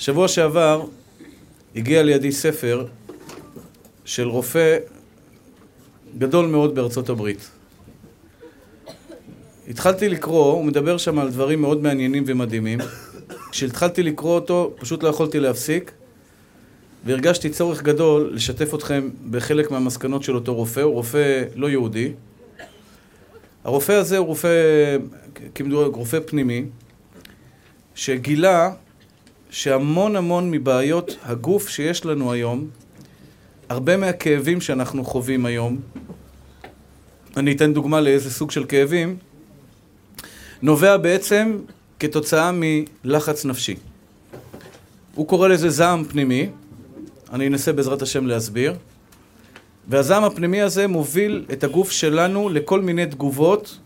שבוע שעבר הגיע לידי ספר של רופא גדול מאוד בארצות הברית. התחלתי לקרוא, הוא מדבר שם על דברים מאוד מעניינים ומדהימים. כשהתחלתי לקרוא אותו, פשוט לא יכולתי להפסיק, והרגשתי צורך גדול לשתף אתכם בחלק מהמסקנות של אותו רופא. הוא רופא לא יהודי. הרופא הזה הוא רופא פנימי, שגילה שהמון המון מבעיות הגוף שיש לנו היום, הרבה מהכאבים שאנחנו חווים היום, אני אתן דוגמה לאיזה סוג של כאבים, נובע בעצם כתוצאה מלחץ נפשי. הוא קורא לזה זעם פנימי, אני אנסה בעזרת השם להסביר, והזעם הפנימי הזה מוביל את הגוף שלנו לכל מיני תגובות,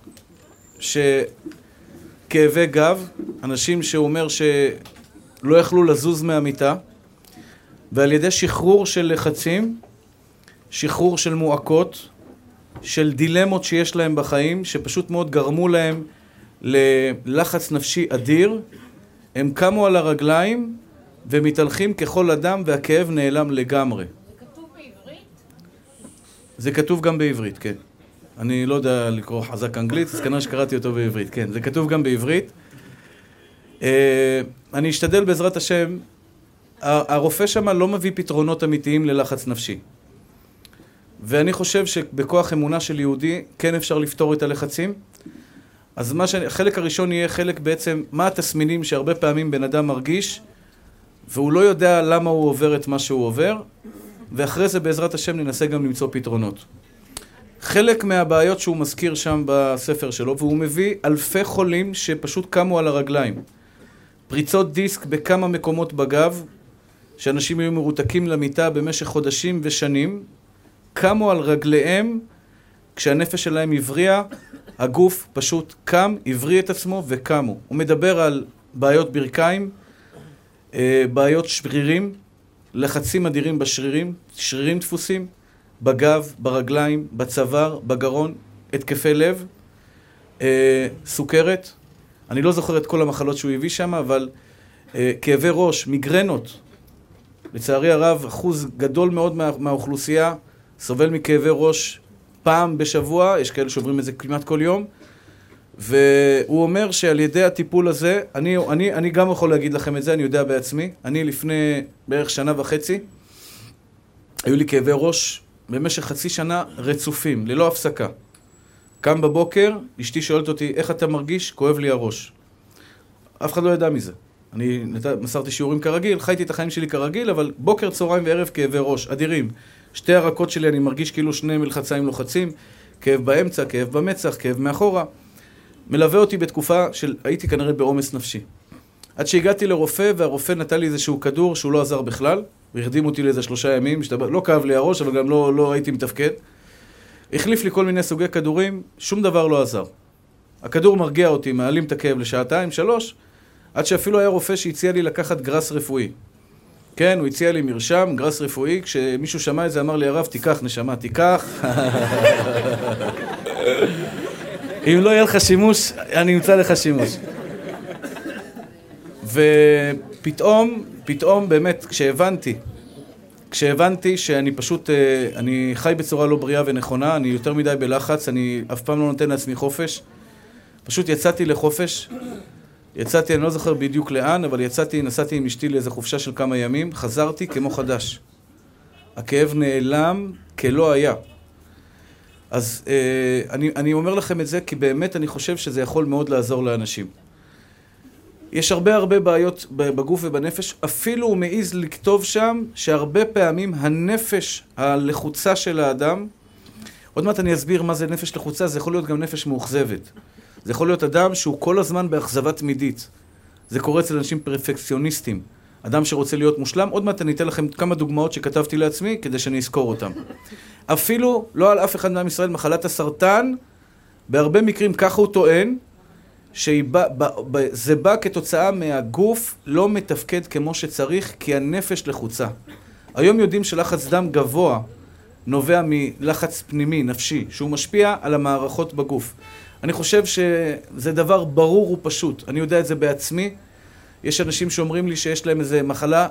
כאבי גב, אנשים שהוא אומר שלא יכלו לזוז מהמיטה, ועל ידי שחרור של לחצים, שחרור של מועקות, של דילמות שיש להם בחיים, שפשוט מאוד גרמו להם ללחץ נפשי אדיר, הם קמו על הרגליים ומתהלכים ככל אדם, והכאב נעלם לגמרי. זה כתוב בעברית? זה כתוב גם בעברית, כן. אני לא יודע לקרוא חזק אנגלית, אז כנראה שקראתי אותו בעברית, כן. זה כתוב גם בעברית. אני אשתדל בעזרת השם, הרופא שם לא מביא פתרונות אמיתיים ללחץ נפשי. ואני חושב שבכוח אמונה של יהודי כן אפשר לפתור את הלחצים. אז החלק הראשון יהיה חלק בעצם, מה התסמינים שהרבה פעמים בן אדם מרגיש, והוא לא יודע למה הוא עובר את מה שהוא עובר, ואחרי זה בעזרת השם ננסה גם למצוא פתרונות. חלק מהבעיות שהוא מזכיר שם בספר שלו, והוא מביא אלפי חולים שפשוט קמו על הרגליים. פריצות דיסק בכמה מקומות בגב, שאנשים היו מרותקים למיטה במשך חודשים ושנים, קמו על רגליהם, כשהנפש שלהם הבריאה, הגוף פשוט קם, הבריא את עצמו וקמו. הוא מדבר על בעיות ברכיים, בעיות שרירים, לחצים אדירים בשרירים, שרירים דפוסים, בגב, ברגליים, בצוואר, בגרון, התקפי לב, סוכרת. אני לא זוכר את כל המחלות שהוא הביא שם, אבל כאבי ראש, מיגרנות. לצערי הרב, אחוז גדול מאוד מהאוכלוסייה סובל מכאבי ראש פעם בשבוע, יש כאלה שעוברים את זה כמעט כל יום, והוא אומר שעל ידי הטיפול הזה, אני גם יכול להגיד לכם את זה, אני יודע בעצמי, אני לפני בערך שנה וחצי, היו לי כאבי ראש במשך חצי שנה רצופים, ללא הפסקה. קם בבוקר, אשתי שואלת אותי, איך אתה מרגיש? כואב לי הראש. אף אחד לא ידע מזה. אני מסרתי שיעורים כרגיל, חייתי את החיים שלי כרגיל, אבל בוקר, צהריים וערב כאבי ראש, אדירים. שתי הרקות שלי אני מרגיש כאילו שני מלחציים לוחצים, כאב באמצע, כאב במצח, כאב מאחורה. מלווה אותי בתקופה של, הייתי כנראה בעומס נפשי. עד שהגעתי לרופא, והרופא נתן לי איזשהו כדור שהוא לא עזר בכלל, והרדים אותי לאיזה 3 ימים, לא כאב לי הראש, אבל גם לא הייתי מתפקד. החליף לי כל מיני סוגי כדורים, שום דבר לא עזר. הכדור מרגיע אותי, מעלים את הכאב לשעתיים, 3, עד שאפילו היה רופא שהציע לי לקחת גרס רפואי. כן, הוא הציע לי מרשם, גרס רפואי, כשמישהו שמע את זה אמר לי, הרב, תיקח, נשמה, תיקח. אם לא יהיה לך שימוש, אני אמצא לך שימוש. ופתאום באמת, כשהבנתי שאני פשוט, אני חי בצורה לא בריאה ונכונה, אני יותר מדי בלחץ, אני אף פעם לא נותן לעצמי חופש. פשוט יצאתי לחופש, אני לא זוכר בדיוק לאן, אבל נסעתי עם אשתי לאיזו חופשה של כמה ימים, חזרתי כמו חדש. הכאב נעלם כלא היה. אז אני אומר לכם את זה, כי באמת אני חושב שזה יכול מאוד לעזור לאנשים. יש הרבה בעיות בגוף ובנפש, אפילו הוא מעיז לכתוב שם שהרבה פעמים הנפש הלחוצה של האדם, עוד מעט אני אסביר מה זה נפש לחוצה, זה יכול להיות גם נפש מאוכזבת. זה יכול להיות אדם שהוא כל הזמן באכזבה תמידית. זה קורה אצל אנשים פרפקציוניסטים. אדם שרוצה להיות מושלם, עוד מעט אני אתן לכם כמה דוגמאות שכתבתי לעצמי כדי שאני אזכור אותם. אפילו לא על אף אחד מעם ישראל, מחלת הסרטן, בהרבה מקרים ככה הוא טוען, שזה בא כתוצאה מהגוף לא מתפקד כמו שצריך, כי הנפש לחוצה. היום יודעים שלחץ דם גבוה נובע מלחץ פנימי, נפשי, שהוא משפיע על המערכות בגוף. אני חושב שזה דבר ברור ופשוט. אני יודע את זה בעצמי. יש אנשים שאומרים לי שיש להם איזה מחלה,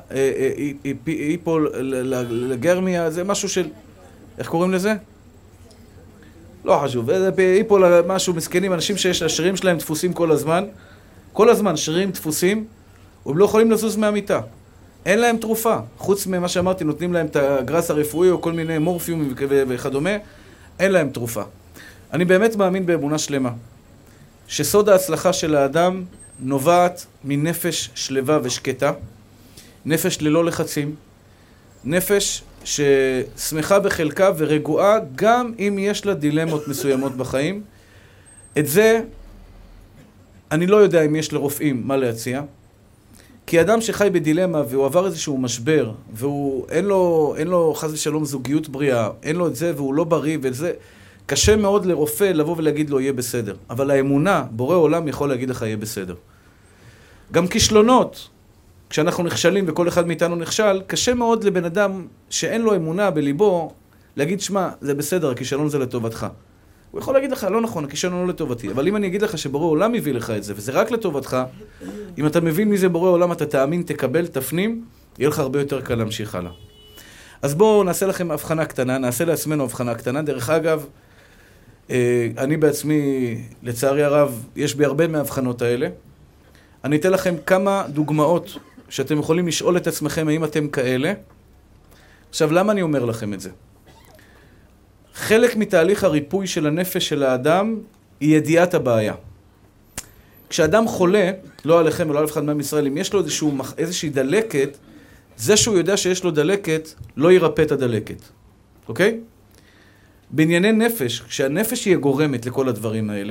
היפולגרמיה, זה משהו של... איך קוראים לזה? לא חשוב, משהו מסכנים, אנשים שיש השרירים שלהם דפוסים כל הזמן שרירים דפוסים, והם לא יכולים לזוז מהמיטה. אין להם תרופה. חוץ ממה שאמרתי, נותנים להם את הגרס הרפואי או כל מיני מורפיום וכדומה, אין להם תרופה. אני באמת מאמין באמונה שלמה, שסוד ההצלחה של האדם נובעת מנפש שלווה ושקטה, נפש ללא לחצים, נפש ששמחה בחלקה ורגועה גם אם יש לה דילמות מסוימות בחיים. את זה אני לא יודע אם יש לרופאים מה להציע, כי אדם שחי בדילמה והוא עבר איזשהו משבר, ואין לו חס ושלום זוגיות בריאה, אין לו את זה והוא לא בריא וזה, קשה מאוד לרופא לבוא ולהגיד לו יהיה בסדר. אבל האמונה, בורא עולם יכול להגיד לך יהיה בסדר. גם כישלונות, כשאנחנו נכשלים וכל אחד מאיתנו נכשל, קשה מאוד לבן אדם שאין לו אמונה בליבו להגיד, שמע, זה בסדר, הכישלון זה לטובתך. הוא יכול להגיד לך, לא נכון, הכישלון לא לטובתי. אבל אם אני אגיד לך שבורא עולם מביא לך את זה, וזה רק לטובתך, אם אתה מבין מי זה בורא עולם, אתה תאמין, תקבל, תפנים, יהיה לך הרבה יותר קל להמשיך הלאה. אז בואו נעשה לכם הבחנה קטנה, נעשה לעצמנו הבחנה קטנה. דרך אגב, אני בעצמי, לצערי הרב, יש בי הרבה מההבחנות האלה. אני אתן לכם כמה דוגמאות שאתם יכולים לשאול את עצמכם האם אתם כאלה. עכשיו, למה אני אומר לכם את זה? חלק מתהליך הריפוי של הנפש של האדם היא ידיעת הבעיה. כשאדם חולה, לא עליכם ולא על אף אחד מעם ישראל, אם יש לו איזושהי דלקת, זה שהוא יודע שיש לו דלקת, לא ירפא את הדלקת. אוקיי? בענייני נפש, כשהנפש היא גורמת לכל הדברים האלה,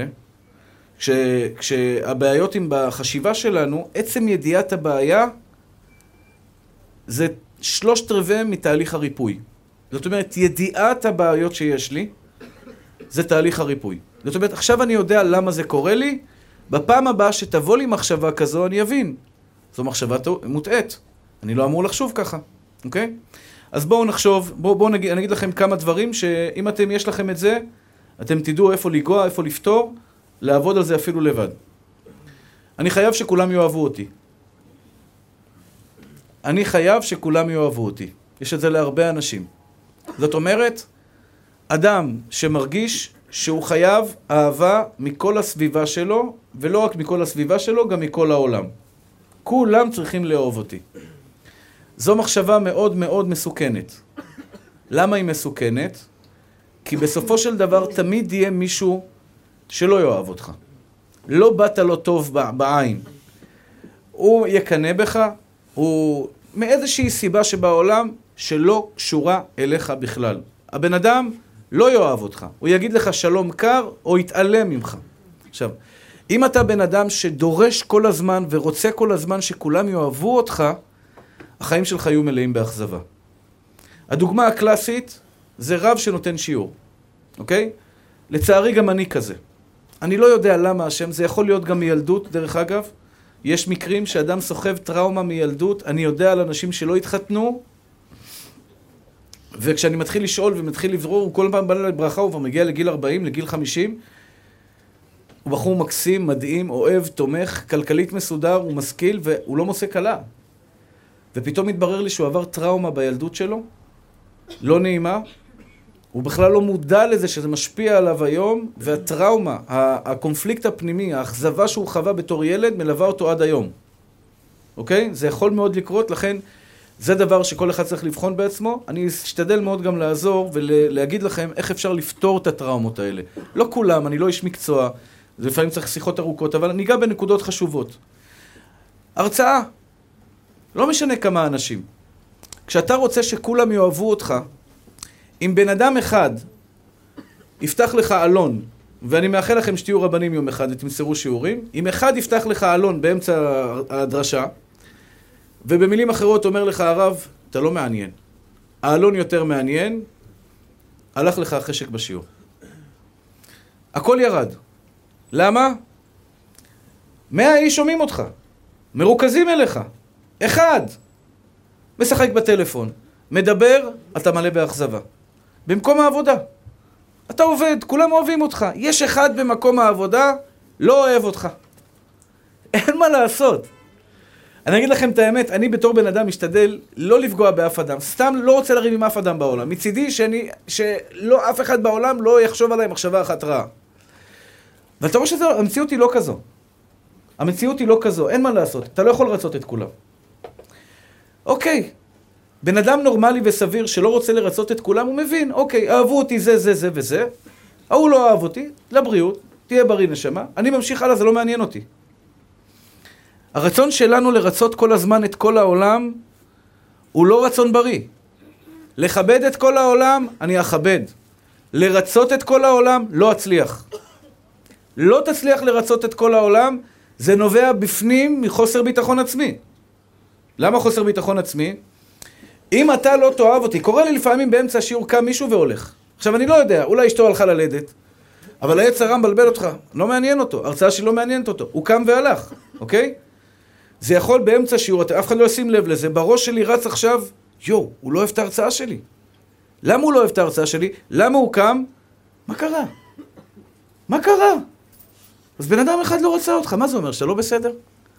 כשהבעיות הם בחשיבה שלנו, עצם ידיעת הבעיה זה 3/4 מתהליך הריפוי. זאת אומרת, ידיעת הבעיות שיש לי, זה תהליך הריפוי. זאת אומרת, עכשיו אני יודע למה זה קורה לי, בפעם הבאה שתבוא לי מחשבה כזו, אני אבין. זו מחשבה מוטעת. אני לא אמור לחשוב ככה, אוקיי? אז בואו נחשוב, בואו אני אגיד לכם כמה דברים שאם יש לכם את זה, אתם תדעו איפה לגוע, איפה לפתור, לעבוד על זה אפילו לבד. אני חייב שכולם יאהבו אותי. אני חייב שכולם יאהבו אותי. יש את זה להרבה אנשים. זאת אומרת, אדם שמרגיש שהוא חייב אהבה מכל הסביבה שלו, ולא רק מכל הסביבה שלו, גם מכל העולם. כולם צריכים לאהוב אותי. זו מחשבה מאוד מאוד מסוכנת. למה היא מסוכנת? כי בסופו של דבר תמיד יהיה מישהו שלא יאהב אותך. לא באת לו טוב בעין. הוא יקנה בך, הוא מאיזושהי סיבה שבעולם שלא קשורה אליך בכלל. הבן אדם לא יאהב אותך. הוא יגיד לך שלום קר או יתעלם ממך. עכשיו, אם אתה בן אדם שדורש כל הזמן ורוצה כל הזמן שכולם יאהבו אותך, החיים שלך יהיו מלאים באכזבה. הדוגמה הקלאסית זה רב שנותן שיעור. אוקיי? לצערי גם אני כזה. אני לא יודע למה השם, זה יכול להיות גם מילדות, דרך אגב. יש מקרים שאדם סוחב טראומה מילדות, אני יודע על אנשים שלא התחתנו, וכשאני מתחיל לשאול ומתחיל לברור, הוא כל פעם בא לברכה, הוא כבר מגיע לגיל 40, לגיל 50, הוא בחור מקסים, מדהים, אוהב, תומך, כלכלית מסודר, הוא משכיל, והוא לא מוצא קלה. ופתאום מתברר לי שהוא עבר טראומה בילדות שלו, לא נעימה, הוא בכלל לא מודע לזה שזה משפיע עליו היום, והטראומה, הקונפליקט הפנימי, האכזבה שהוא חווה בתור ילד, מלווה אותו עד היום. אוקיי? זה יכול מאוד לקרות, לכן זה דבר שכל אחד צריך לבחון בעצמו. אני אשתדל מאוד גם לעזור ולהגיד לכם איך אפשר לפתור את הטראומות האלה. לא כולם, אני לא איש מקצוע, זה לפעמים צריך שיחות ארוכות, אבל אני אגע בנקודות חשובות. הרצאה, לא משנה כמה אנשים. כשאתה רוצה שכולם יאהבו אותך, אם בן אדם אחד יפתח לך אלון, ואני מאחל לכם שתהיו רבנים יום אחד ותמסרו שיעורים, אם אחד יפתח לך אלון באמצע הדרשה, ובמילים אחרות אומר לך הרב, אתה לא מעניין. האלון יותר מעניין, הלך לך החשק בשיעור. הכל ירד. למה? 100 איש שומעים אותך, מרוכזים אליך. אחד, משחק בטלפון, מדבר, אתה מלא באכזבה. במקום העבודה. אתה עובד, כולם אוהבים אותך. יש אחד במקום העבודה, לא אוהב אותך. אין מה לעשות. אני אגיד לכם את האמת, אני בתור בן אדם משתדל לא לפגוע באף אדם. סתם לא רוצה לריב עם אף אדם בעולם. מצידי שלא אף אחד בעולם לא יחשוב עליי מחשבה אחת רעה. ואתה רואה שהמציאות היא לא כזו. המציאות היא לא כזו, אין מה לעשות. אתה לא יכול לרצות את כולם. אוקיי, בן אדם נורמלי וסביר שלא רוצה לרצות את כולם, הוא מבין, אוקיי, אהבו אותי זה, זה, זה וזה. ההוא לא אהב אותי, לבריאות, תהיה בריא נשמה. אני ממשיך הלאה, זה לא מעניין אותי. הרצון שלנו לרצות כל הזמן את כל העולם, הוא לא רצון בריא. לכבד את כל העולם, אני אכבד. לרצות את כל העולם, לא אצליח. לא תצליח לרצות את כל העולם, זה נובע בפנים מחוסר ביטחון עצמי. למה חוסר ביטחון עצמי? אם אתה לא תאהב אותי, קורא לי לפעמים באמצע השיעור קם מישהו והולך. עכשיו אני לא יודע, אולי אשתו הלכה ללדת, אבל היצר הרע מבלבל אותך, לא מעניין אותו, הרצאה שלי לא מעניינת אותו, הוא קם והלך, אוקיי? זה יכול באמצע שיעור, אף אחד לא ישים לב לזה, בראש שלי רץ עכשיו, הוא לא אוהב את ההרצאה שלי. למה הוא לא אוהב את ההרצאה שלי? למה הוא קם? מה קרה? מה קרה? אז בן אדם אחד לא רצה אותך, מה זה אומר? שאתה לא בסדר?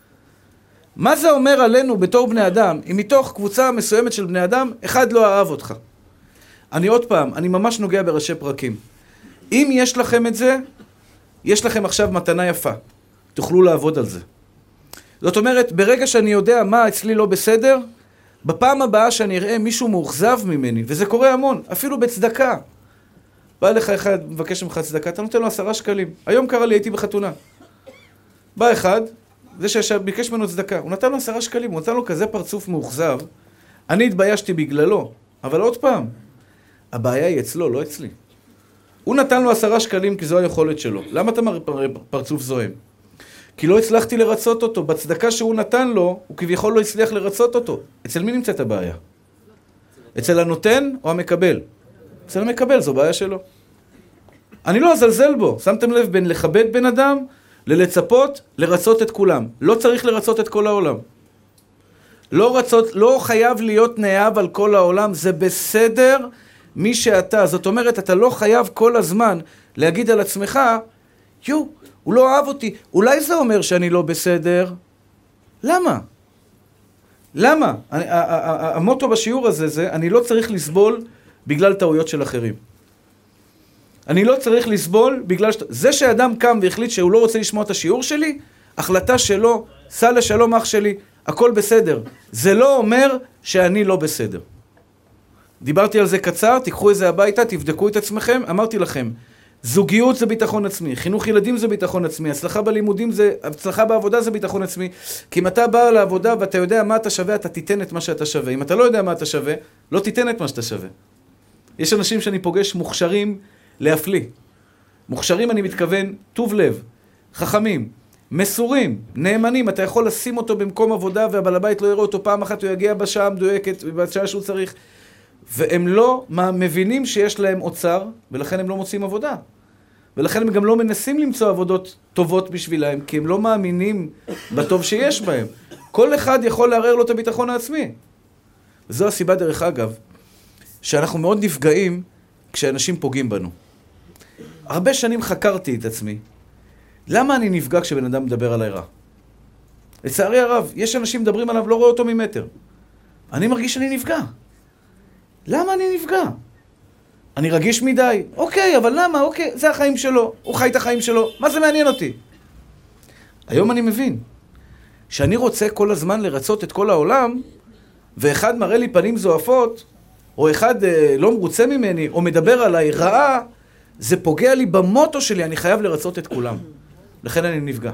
מה זה אומר עלינו בתור בני אדם, אם מתוך קבוצה מסוימת של בני אדם, אחד לא אהב אותך? אני עוד פעם, אני ממש נוגע בראשי פרקים. אם יש לכם את זה, יש לכם עכשיו מתנה יפה. תוכלו לעבוד על זה. זאת אומרת, ברגע שאני יודע מה אצלי לא בסדר, בפעם הבאה שאני אראה מישהו מאוכזב ממני, וזה קורה המון, אפילו בצדקה. בא לך אחד, מבקש ממך צדקה, אתה נותן לו 10 שקלים. היום קרה לי, הייתי בחתונה. בא אחד, זה שביקש ממנו צדקה, הוא נתן לו 10 שקלים, הוא נתן לו כזה פרצוף מאוכזב, אני התביישתי בגללו, אבל עוד פעם, הבעיה היא אצלו, לא אצלי. הוא נתן לו 10 שקלים כי זו היכולת שלו. למה אתה מראה פרצוף זוהם? כי לא הצלחתי לרצות אותו. בצדקה שהוא נתן לו, הוא כביכול לא הצליח לרצות אותו. אצל מי נמצאת הבעיה? אצל הנותן או המקבל? אצל המקבל, זו בעיה שלו. אני לא אזלזל בו. שמתם לב בין לכבד בן אדם, ללצפות, לרצות את כולם. לא צריך לרצות את כל העולם. לא חייב להיות נאהב על כל העולם, זה בסדר מי שאתה. זאת אומרת, אתה לא חייב כל הזמן להגיד על עצמך, הוא לא אהב אותי. אולי זה אומר שאני לא בסדר? למה? למה? המוטו בשיעור הזה זה, אני לא צריך לסבול בגלל טעויות של אחרים. אני לא צריך לסבול בגלל זה שאדם קם והחליט שהוא לא רוצה לשמוע את השיעור שלי, החלטה שלו, סע לשלום אח שלי, הכל בסדר. זה לא אומר שאני לא בסדר. דיברתי על זה קצר, תיקחו את זה הביתה, תבדקו את עצמכם. אמרתי לכם, זוגיות זה ביטחון עצמי, חינוך ילדים זה ביטחון עצמי, הצלחה בלימודים זה, הצלחה בעבודה זה ביטחון עצמי. כי אם אתה בא לעבודה ואתה יודע מה אתה שווה, אתה תיתן את מה שאתה שווה. אם אתה לא יודע מה אתה שווה, לא תיתן את מה שאתה שווה. יש אנשים שאני פוגש מוכשרים להפליא. מוכשרים אני מתכוון, טוב לב, חכמים, מסורים, נאמנים. אתה יכול לשים אותו במקום עבודה והבעל הבית לא יראה אותו פעם אחת, הוא יגיע בשעה המדויקת, בשעה שהוא צריך. והם לא מבינים שיש להם אוצר, ולכן הם לא מוצאים עבודה. ולכן הם גם לא מנסים למצוא עבודות טובות בשבילהם, כי הם לא מאמינים בטוב שיש בהם. כל אחד יכול לערער לו את הביטחון העצמי. וזו הסיבה דרך אגב, שאנחנו מאוד נפגעים כשאנשים פוגעים בנו. הרבה שנים חקרתי את עצמי. למה אני נפגע כשבן אדם מדבר עליי רע? לצערי הרב, יש אנשים מדברים עליו, לא רואה אותו ממטר. אני מרגיש שאני נפגע. למה אני נפגע? אני רגיש מדי. אוקיי, אבל למה? אוקיי, זה החיים שלו. הוא חי את החיים שלו. מה זה מעניין אותי? היום אני מבין שאני רוצה כל הזמן לרצות את כל העולם, ואחד מראה לי פנים זועפות, או אחד לא מרוצה ממני, או מדבר עליי רעה, זה פוגע לי במוטו שלי, אני חייב לרצות את כולם. לכן אני נפגע.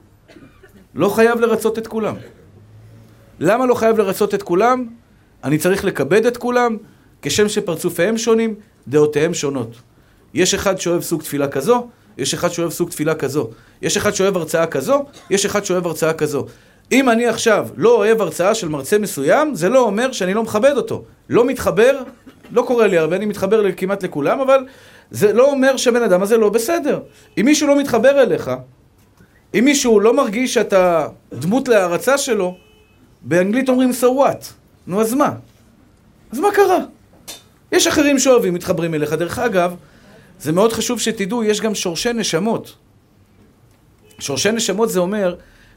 לא חייב לרצות את כולם. למה לא חייב לרצות את כולם? אני צריך לכבד את כולם, כשם שפרצופיהם שונים, דעותיהם שונות. יש אחד שאוהב סוג תפילה כזו, יש אחד שאוהב סוג תפילה כזו. יש אחד שאוהב הרצאה כזו, יש אחד שאוהב הרצאה כזו. אם אני עכשיו לא אוהב הרצאה של מרצה מסוים, זה לא אומר שאני לא מכבד אותו. לא מתחבר, לא קורה לי הרבה, אני מתחבר כמעט לכולם, אבל זה לא אומר שבן אדם הזה לא בסדר. אם מישהו לא מתחבר אליך, אם מישהו לא מרגיש שאתה דמות להרצאה שלו, באנגלית אומרים so what? נו אז מה? אז מה קרה? יש אחרים שאוהבים, מתחברים אליך. דרך אגב, זה מאוד חשוב שתדעו, יש גם שורשי נשמות. שורשי נשמות זה אומר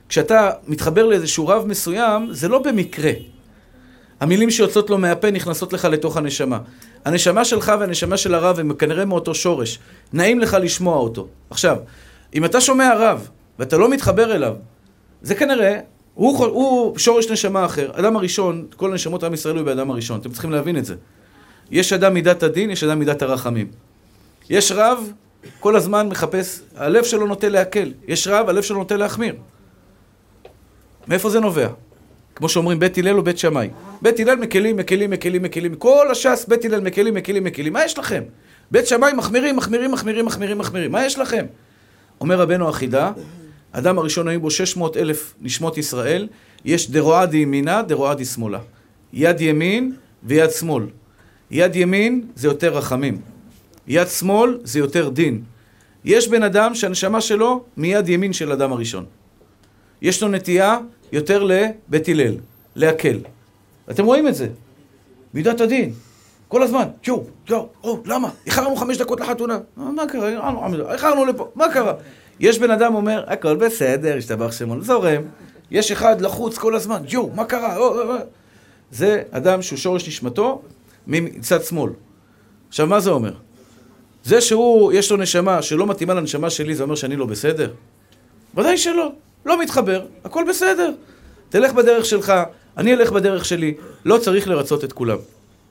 כשאתה מתחבר לאיזשהו רב מסוים, זה לא במקרה. המילים שיוצאות לו מהפה נכנסות לך לתוך הנשמה. הנשמה שלך והנשמה של הרב הם כנראה מאותו שורש. נעים לך לשמוע אותו. עכשיו, אם אתה שומע רב ואתה לא מתחבר אליו, זה כנראה, הוא שורש נשמה אחר. אדם הראשון, כל הנשמות עם ישראל הוא באדם הראשון. אתם צריכים להבין את זה. יש אדם מידת הדין, יש אדם מידת הרחמים. יש רב, כל הזמן מחפש, הלב שלו נוטה להקל. יש רב, הלב שלו נוטה להחמיר. מאיפה זה נובע? כמו שאומרים, בית הלל או בית שמאי. בית הלל מקלים, מקלים, מקלים, מקלים. כל הש"ס, בית הלל מקלים, מקלים, מקלים. מה יש לכם? בית שמאי מחמירים, מחמירים, מחמירים, מחמירים, מחמירים. מה יש לכם? אומר רבנו אחידה, אדם הראשון היו בו 600,000 נשמות ישראל, יש דרועה דימינה, דרועה דישמאלה. יד ימין ויד שמאל. יד ימין זה יותר רחמים. יד שמאל זה יותר דין. יש בן אדם שהנשמה שלו מיד ימין של אדם הראשון. יש לו נטייה יותר לבית הלל, להקל. אתם רואים את זה? מידת הדין. כל הזמן, למה? איחרנו 5 דקות לחתונה. מה קרה? איחרנו לפה, מה קרה? יש בן אדם אומר, הכל בסדר, השתבח שמו, זורם. יש אחד לחוץ כל הזמן, מה קרה? זה אדם שהוא שורש נשמתו מצד שמאל. עכשיו, מה זה אומר? זה שהוא, יש לו נשמה שלא מתאימה לנשמה שלי, זה אומר שאני לא בסדר? ודאי שלא. לא מתחבר, הכל בסדר. תלך בדרך שלך, אני אלך בדרך שלי. לא צריך לרצות את כולם.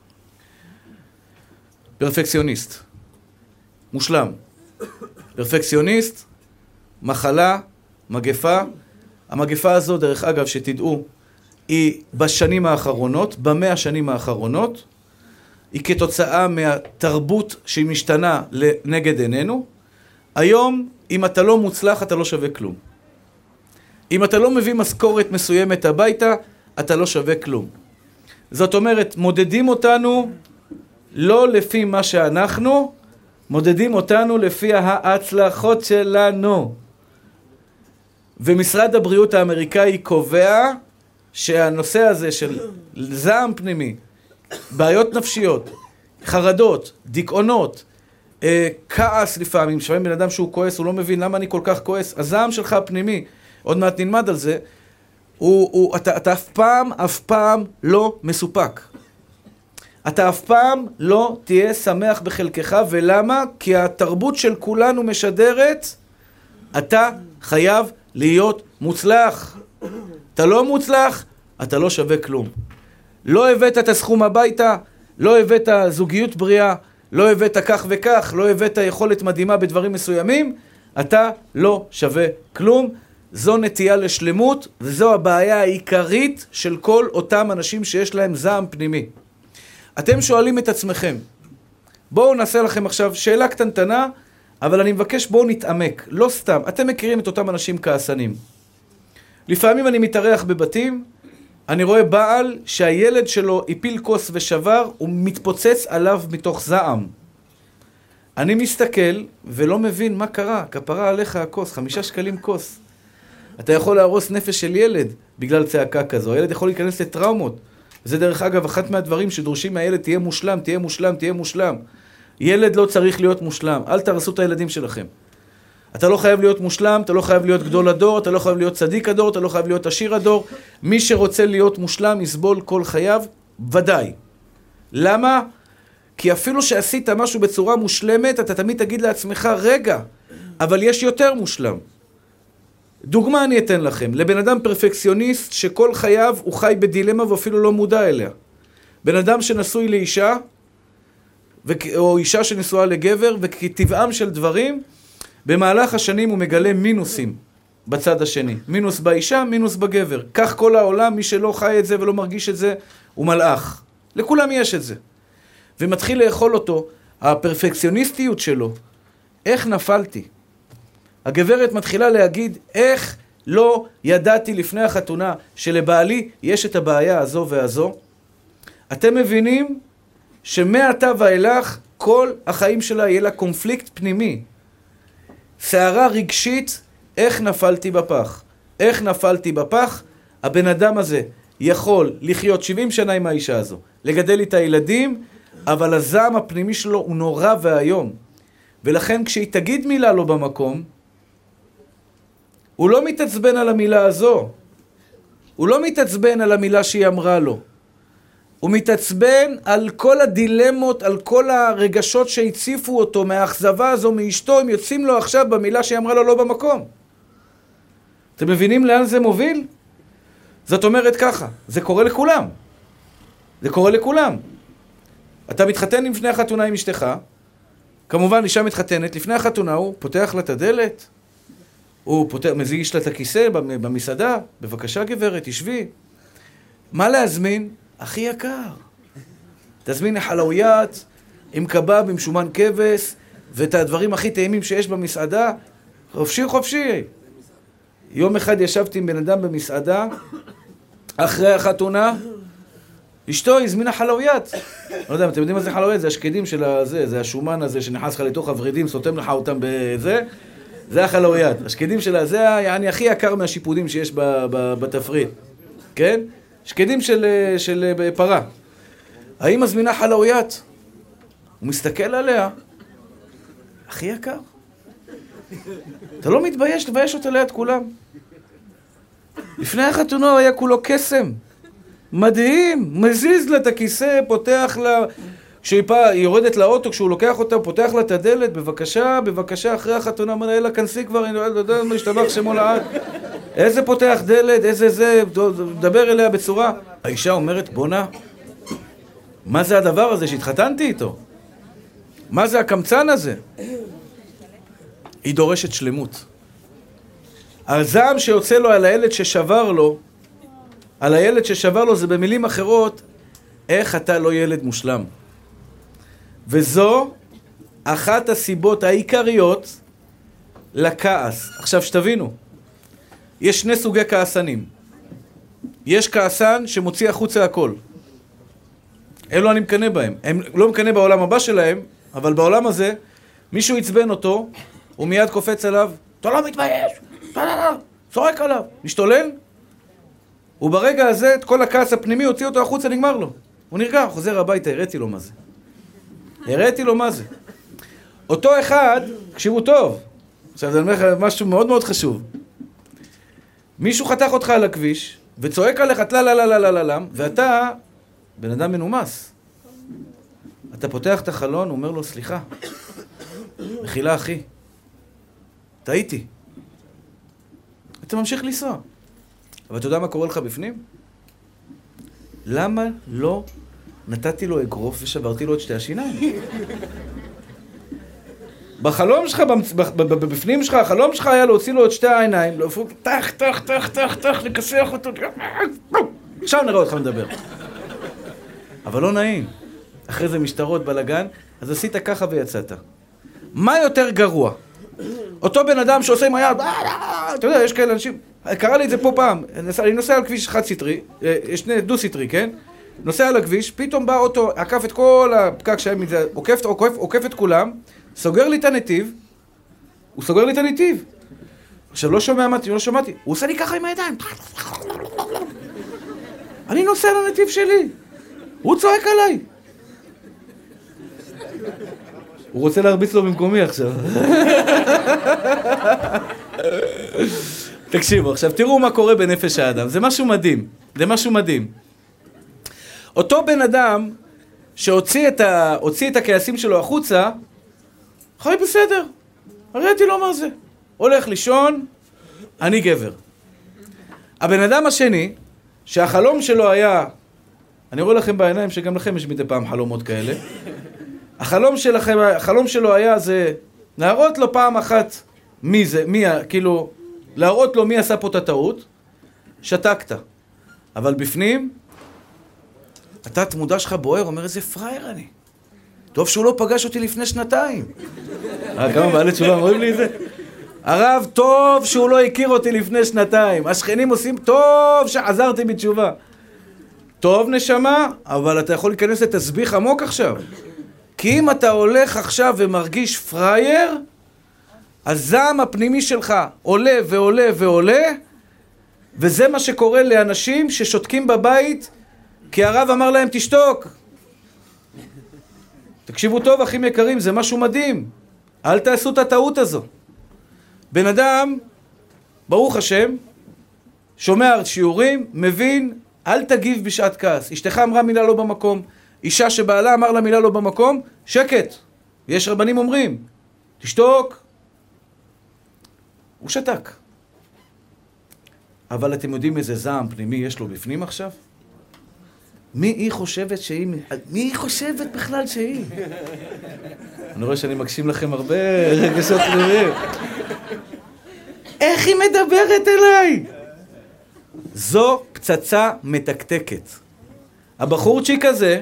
פרפקציוניסט. מושלם. פרפקציוניסט, מחלה, מגפה. המגפה הזו, דרך אגב, שתדעו, היא בשנים האחרונות, ב100 השנים האחרונות, היא כתוצאה מהתרבות שהיא משתנה לנגד עינינו. היום, אם אתה לא מוצלח, אתה לא שווה כלום. אם אתה לא מביא משכורת מסוימת הביתה, אתה לא שווה כלום. זאת אומרת, מודדים אותנו לא לפי מה שאנחנו, מודדים אותנו לפי ההצלחות שלנו. ומשרד הבריאות האמריקאי קובע שהנושא הזה של זעם פנימי, בעיות נפשיות, חרדות, דיכאונות, כעס לפעמים, שווים בן אדם שהוא כועס, הוא לא מבין למה אני כל כך כועס, הזעם שלך הפנימי, עוד מעט נלמד על זה, אתה אף פעם לא מסופק. אתה אף פעם לא תהיה שמח בחלקך, ולמה? כי התרבות של כולנו משדרת, אתה חייב להיות מוצלח. אתה לא מוצלח, אתה לא שווה כלום. לא הבאת את הסכום הביתה, לא הבאת זוגיות בריאה, לא הבאת כך וכך, לא הבאת יכולת מדהימה בדברים מסוימים, אתה לא שווה כלום. זו נטייה לשלמות, וזו הבעיה העיקרית של כל אותם אנשים שיש להם זעם פנימי. אתם שואלים את עצמכם, בואו נעשה לכם עכשיו שאלה קטנטנה, אבל אני מבקש בואו נתעמק, לא סתם. אתם מכירים את אותם אנשים כעסנים. לפעמים אני מתארח בבתים, אני רואה בעל שהילד שלו הפיל כוס ושבר, הוא מתפוצץ עליו מתוך זעם. אני מסתכל ולא מבין מה קרה, כפרה עליך הכוס, 5 שקלים כוס. אתה יכול להרוס נפש של ילד בגלל צעקה כזו. הילד יכול להיכנס לטראומות. זה דרך אגב אחת מהדברים שדורשים מהילד, תהיה מושלם, תהיה מושלם, תהיה מושלם. ילד לא צריך להיות מושלם. אל תרסו את הילדים שלכם. אתה לא חייב להיות מושלם, אתה לא חייב להיות גדול הדור, אתה לא חייב להיות צדיק הדור, אתה לא חייב להיות עשיר הדור. מי שרוצה להיות מושלם יסבול כל חייו, ודאי. למה? כי אפילו שעשית משהו בצורה מושלמת, אתה תמיד תגיד לעצמך, רגע, אבל יש יותר מושלם. דוגמה אני אתן לכם, לבן אדם פרפקציוניסט שכל חייו הוא חי בדילמה ואפילו לא מודע אליה. בן אדם שנשוי לאישה, או אישה שנשואה לגבר, וכטבעם של דברים, במהלך השנים הוא מגלה מינוסים בצד השני. מינוס באישה, מינוס בגבר. כך כל העולם, מי שלא חי את זה ולא מרגיש את זה, הוא מלאך. לכולם יש את זה. ומתחיל לאכול אותו, הפרפקציוניסטיות שלו. איך נפלתי? הגברת מתחילה להגיד, איך לא ידעתי לפני החתונה שלבעלי יש את הבעיה הזו והזו? אתם מבינים שמעתה ואילך כל החיים שלה יהיה לה קונפליקט פנימי. שערה רגשית, איך נפלתי בפח? איך נפלתי בפח? הבן אדם הזה יכול לחיות 70 שנה עם האישה הזו, לגדל את הילדים, אבל הזעם הפנימי שלו הוא נורא והיום. ולכן כשהיא תגיד מילה לא במקום, הוא לא מתעצבן על המילה הזו. הוא לא מתעצבן על המילה שהיא אמרה לו. הוא מתעצבן על כל הדילמות, על כל הרגשות שהציפו אותו מהאכזבה הזו מאשתו, הם יוצאים לו עכשיו במילה שהיא אמרה לו לא במקום. אתם מבינים לאן זה מוביל? זאת אומרת ככה, זה קורה לכולם. זה קורה לכולם. אתה מתחתן לפני החתונה עם אשתך, כמובן אישה מתחתנת, לפני החתונה הוא פותח לה את הדלת, הוא מזיש לה את הכיסא במסעדה, בבקשה גברת, תשבי. מה להזמין? הכי יקר. תזמין חלאויית עם קבב, עם שומן כבש, ואת הדברים הכי טעימים שיש במסעדה, חופשי חופשי. יום אחד ישבתי עם בן אדם במסעדה, אחרי החתונה, אשתו הזמינה חלאויית. לא יודע, אתם יודעים מה זה חלאויית? זה השקדים של הזה, זה השומן הזה שנכנס לך לתוך הורידים, סותם לך אותם בזה, זה החלאויית. השקדים שלה, זה יעני הכי יקר מהשיפודים שיש בתפריט. כן? שקדים של פרה. האם מזמינה חלאויית? הוא מסתכל עליה, הכי יקר. אתה לא מתבייש לבייש אותה ליד כולם. לפני החתונה הוא היה כולו קסם. מדהים, מזיז לה את הכיסא, פותח לה, כשהיא יורדת לאוטו, כשהוא לוקח אותה, פותח לה את הדלת, בבקשה, בבקשה, אחרי החתונה, אמר לה, כנסי כבר, אני לא יודע מה השתבח שמו לעד. איזה פותח דלת, איזה זה, דבר אליה בצורה. האישה אומרת, בונה, מה זה הדבר הזה שהתחתנתי איתו? מה זה הקמצן הזה? היא דורשת שלמות. הזעם שיוצא לו על הילד ששבר לו, על הילד ששבר לו זה במילים אחרות, איך אתה לא ילד מושלם. וזו אחת הסיבות העיקריות לכעס. עכשיו שתבינו, יש שני סוגי כעסנים. יש כעסן שמוציא החוצה הכל. אלו אני מקנה בהם. הם לא מקנה בעולם הבא שלהם, אבל בעולם הזה, מישהו יצבן אותו, הוא מיד קופץ עליו, אתה לא מתבייש, צורק עליו, משתולל, וברגע הזה את כל הכעס הפנימי הוציא אותו החוצה, נגמר לו. הוא נרגע, חוזר הביתה, הראיתי לו מה זה. הראיתי לו מה זה. אותו אחד, תקשיבו טוב, עכשיו זה אומר לך משהו מאוד מאוד חשוב. מישהו חתך אותך על הכביש, וצועק עליך, ואתה בן אדם מנומס. אתה פותח את החלון, הוא אומר לו, סליחה, מחילה אחי, טעיתי. אתה ממשיך לנסוע. אבל אתה יודע מה קורה לך בפנים? למה לא נתתי לו אגרוף ושברתי לו את שתי השיניים? בחלום שלך, בפנים שלך, החלום שלך היה להוציא לו את שתי העיניים, תח, לכסח אותו, עכשיו נראה אותך מדבר. אבל לא נעים. אחרי זה משטרות בלגן, אז עשית ככה ויצאת. מה יותר גרוע? אותו בן אדם שעושה עם היד, אתה יודע, יש כאלה אנשים, קרא לי את זה פה פעם, אני נוסע על כביש חד סטרי, יש שני דו סטרי, כן? נוסע על הכביש, פתאום בא אוטו, עקף את כל הפקק שהיה מזה, עוקף את כולם, סוגר לי את הנתיב, הוא סוגר לי את הנתיב. עכשיו לא שמעתי, הוא עושה לי ככה עם הידיים. אני נוסע לנתיב שלי, הוא צועק עליי. הוא רוצה להרביץ לו במקומי עכשיו. תקשיבו, עכשיו תראו מה קורה בנפש האדם. זה משהו מדהים. זה משהו מדהים. אותו בן אדם שהוציא את הכעסים שלו החוצה, חי בסדר. הראיתי לו מה זה. הולך לישון, אני גבר. הבן אדם השני, שהחלום שלו היה, אני רואה לכם בעיניים שגם לכם יש מדי פעם חלומות כאלה, החלום שלו היה זה להראות לו פעם אחת כאילו, להראות לו מי עשה פה את הטעות, שתקת. אבל בפנים, אתה תמודה שלך בוער, אומר איזה פרייר אני. טוב שהוא לא פגש אותי לפני 2 כמה בעלי תשובה אומרים לי את זה? הרב, טוב שהוא לא הכיר אותי לפני 2 השכנים עושים טוב שעזרתי בתשובה. טוב נשמה, אבל אתה יכול להיכנס לתסביך עמוק עכשיו. כי אם אתה הולך עכשיו ומרגיש פרייר, הזעם הפנימי שלך עולה ועולה ועולה, וזה מה שקורה לאנשים ששותקים בבית, כי הרב אמר להם תשתוק. תקשיבו טוב אחים יקרים, זה משהו מדהים. אל תעשו את הטעות הזו. בן אדם ברוך השם, שומע שיעורים, מבין, אל תגיב בשעת כעס. אשתך אמרה מילה לא במקום, אישה שבעלה אמר לה מילה לא במקום, שקט. יש רבנים אומרים, תשתוק. הוא שתק. אבל אתם יודעים איזה זעם פנימי יש לו בפנים עכשיו? מי היא חושבת שהיא... מי היא חושבת בכלל שהיא? אני רואה שאני מקשים לכם הרבה רגשות פנימיים. איך היא מדברת אליי? זו פצצה מתקתקת. הבחורצ'יק הזה,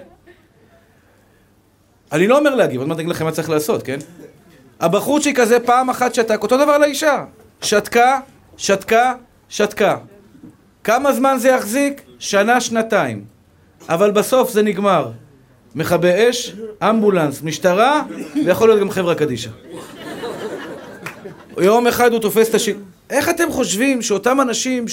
אני לא אומר להגיב, עוד מעט אגיד לכם מה צריך לעשות, כן? הבחורצ'יק הזה פעם אחת שתק, אותו דבר לאישה. שתקה, שתקה, שתקה. כמה זמן זה יחזיק? שנה, שנתיים. אבל בסוף זה נגמר. מכבי אש, אמבולנס, משטרה, ויכול להיות גם חברה קדישה. יום אחד הוא תופס את איך אתם חושבים שאותם אנשים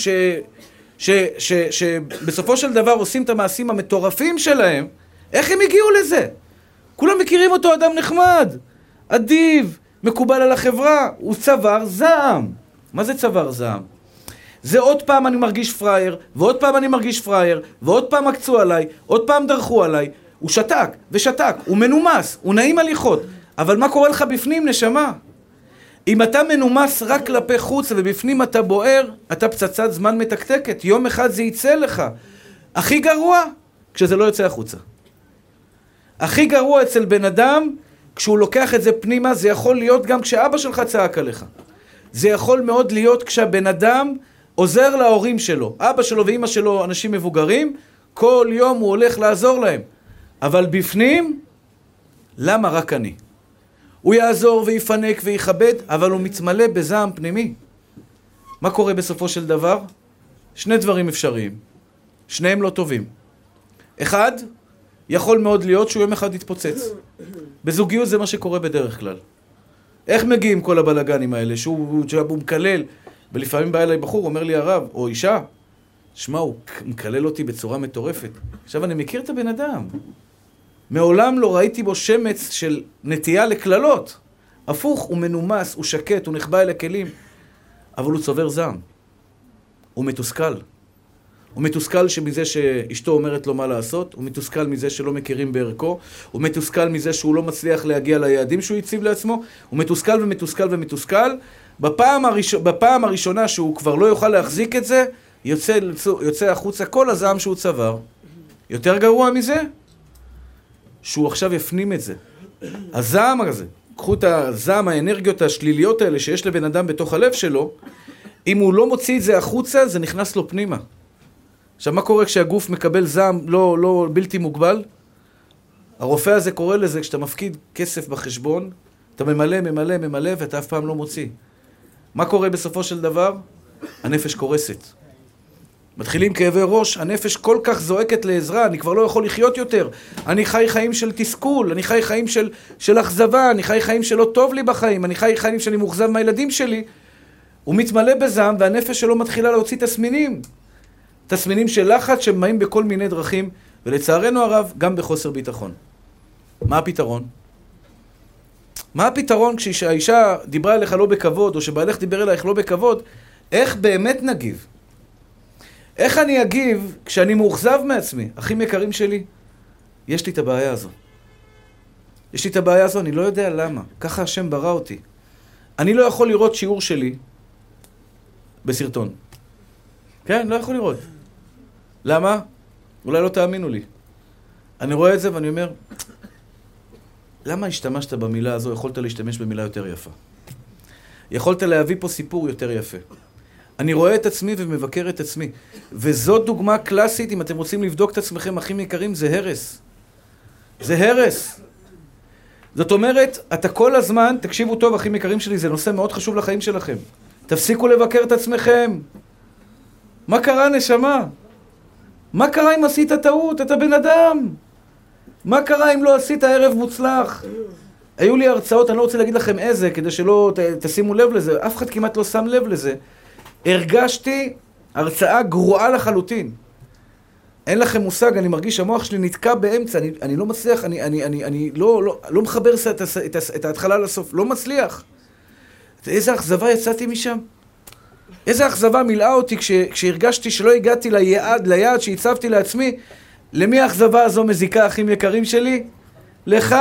שבסופו של דבר עושים את המעשים המטורפים שלהם, איך הם הגיעו לזה? כולם מכירים אותו אדם נחמד, אדיב, מקובל על החברה, הוא צבר זעם. מה זה צבר זעם? זה עוד פעם אני מרגיש פרייר, ועוד פעם אני מרגיש פרייר, ועוד פעם עקצו עליי, עוד פעם דרכו עליי. הוא שתק ושתק, הוא מנומס, הוא נעים הליכות. אבל מה קורה לך בפנים, נשמה? אם אתה מנומס רק כלפי חוץ ובפנים אתה בוער, אתה פצצת זמן מתקתקת. יום אחד זה יצא לך. הכי גרוע, כשזה לא יוצא החוצה. הכי גרוע אצל בן אדם, כשהוא לוקח את זה פנימה, זה יכול להיות גם כשאבא שלך צעק עליך. זה יכול מאוד להיות כשהבן אדם עוזר להורים שלו. אבא שלו ואמא שלו, אנשים מבוגרים, כל יום הוא הולך לעזור להם. אבל בפנים, למה רק אני? הוא יעזור ויפנק ויכבד, אבל הוא מתמלא בזעם פנימי. מה קורה בסופו של דבר? שני דברים אפשריים. שניהם לא טובים. אחד, יכול מאוד להיות שהוא יום אחד יתפוצץ. בזוגיות זה מה שקורה בדרך כלל. איך מגיעים כל הבלגנים האלה? שהוא מקלל, ולפעמים בא אליי בחור, אומר לי הרב, או אישה, שמע, הוא מקלל אותי בצורה מטורפת. עכשיו אני מכיר את הבן אדם. מעולם לא ראיתי בו שמץ של נטייה לכללות. הפוך, הוא מנומס, הוא שקט, הוא נחבא אל הכלים. אבל הוא צובר זעם. הוא מתוסכל. הוא מתוסכל שמזה שאשתו אומרת לו מה לעשות, הוא מתוסכל מזה שלא מכירים בערכו, הוא מתוסכל מזה שהוא לא מצליח להגיע ליעדים שהוא הציב לעצמו, הוא מתוסכל ומתוסכל ומתוסכל. בפעם הראשונה שהוא כבר לא יוכל להחזיק את זה, יוצא החוצה כל הזעם שהוא צבר. יותר גרוע מזה, שהוא עכשיו יפנים את זה. הזעם הזה, קחו את הזעם, האנרגיות השליליות האלה שיש לבן אדם בתוך הלב שלו, אם הוא לא מוציא את זה החוצה, זה נכנס לו פנימה. עכשיו, מה קורה כשהגוף מקבל זעם לא בלתי מוגבל? הרופא הזה קורא לזה, כשאתה מפקיד כסף בחשבון, אתה ממלא, ואתה אף פעם לא מוציא. מה קורה בסופו של דבר? הנפש קורסת. מתחילים כאבי ראש, הנפש כל כך זועקת לעזרה, אני כבר לא יכול לחיות יותר. אני חי חיים של תסכול, אני חי חיים של אכזבה, אני חי חיים שלא טוב לי בחיים, אני חי חיים שאני מוחזב מהילדים שלי. הוא מתמלא בזעם, והנפש שלו מתחילה להוציא תסמינים. תסמינים של לחץ שמאים בכל מיני דרכים, ולצערנו הרב, גם בחוסר ביטחון. מה הפתרון? מה הפתרון כשהאישה דיברה אליך לא בכבוד, או שבעלך דיבר אלייך לא בכבוד, איך באמת נגיב? איך אני אגיב כשאני מאוכזב מעצמי? אחים יקרים שלי, יש לי את הבעיה הזו. יש לי את הבעיה הזו, אני לא יודע למה. ככה השם ברא אותי. אני לא יכול לראות שיעור שלי בסרטון. כן, לא יכול לראות. למה? אולי לא תאמינו לי. אני רואה את זה ואני אומר, למה השתמשת במילה הזו? יכולת להשתמש במילה יותר יפה. יכולת להביא פה סיפור יותר יפה. אני רואה את עצמי ומבקר את עצמי. וזו דוגמה קלאסית, אם אתם רוצים לבדוק את עצמכם, אחים יקרים, זה הרס. זה הרס. זאת אומרת, אתה כל הזמן, תקשיבו טוב, אחים יקרים שלי, זה נושא מאוד חשוב לחיים שלכם. תפסיקו לבקר את עצמכם. מה קרה, נשמה? מה קרה אם עשית טעות? אתה בן אדם. מה קרה אם לא עשית ערב מוצלח? היו לי הרצאות, אני לא רוצה להגיד לכם איזה, כדי שלא תשימו לב לזה, אף אחד כמעט לא שם לב לזה. הרגשתי הרצאה גרועה לחלוטין. אין לכם מושג, אני מרגיש שהמוח שלי נתקע באמצע, אני לא מצליח, אני לא מחבר את ההתחלה לסוף, לא מצליח. איזה אכזבה יצאתי משם. איזה אכזבה מילאה אותי כשהרגשתי שלא הגעתי ליעד שהצבתי לעצמי. למי האכזבה הזו מזיקה, אחים יקרים שלי? לך.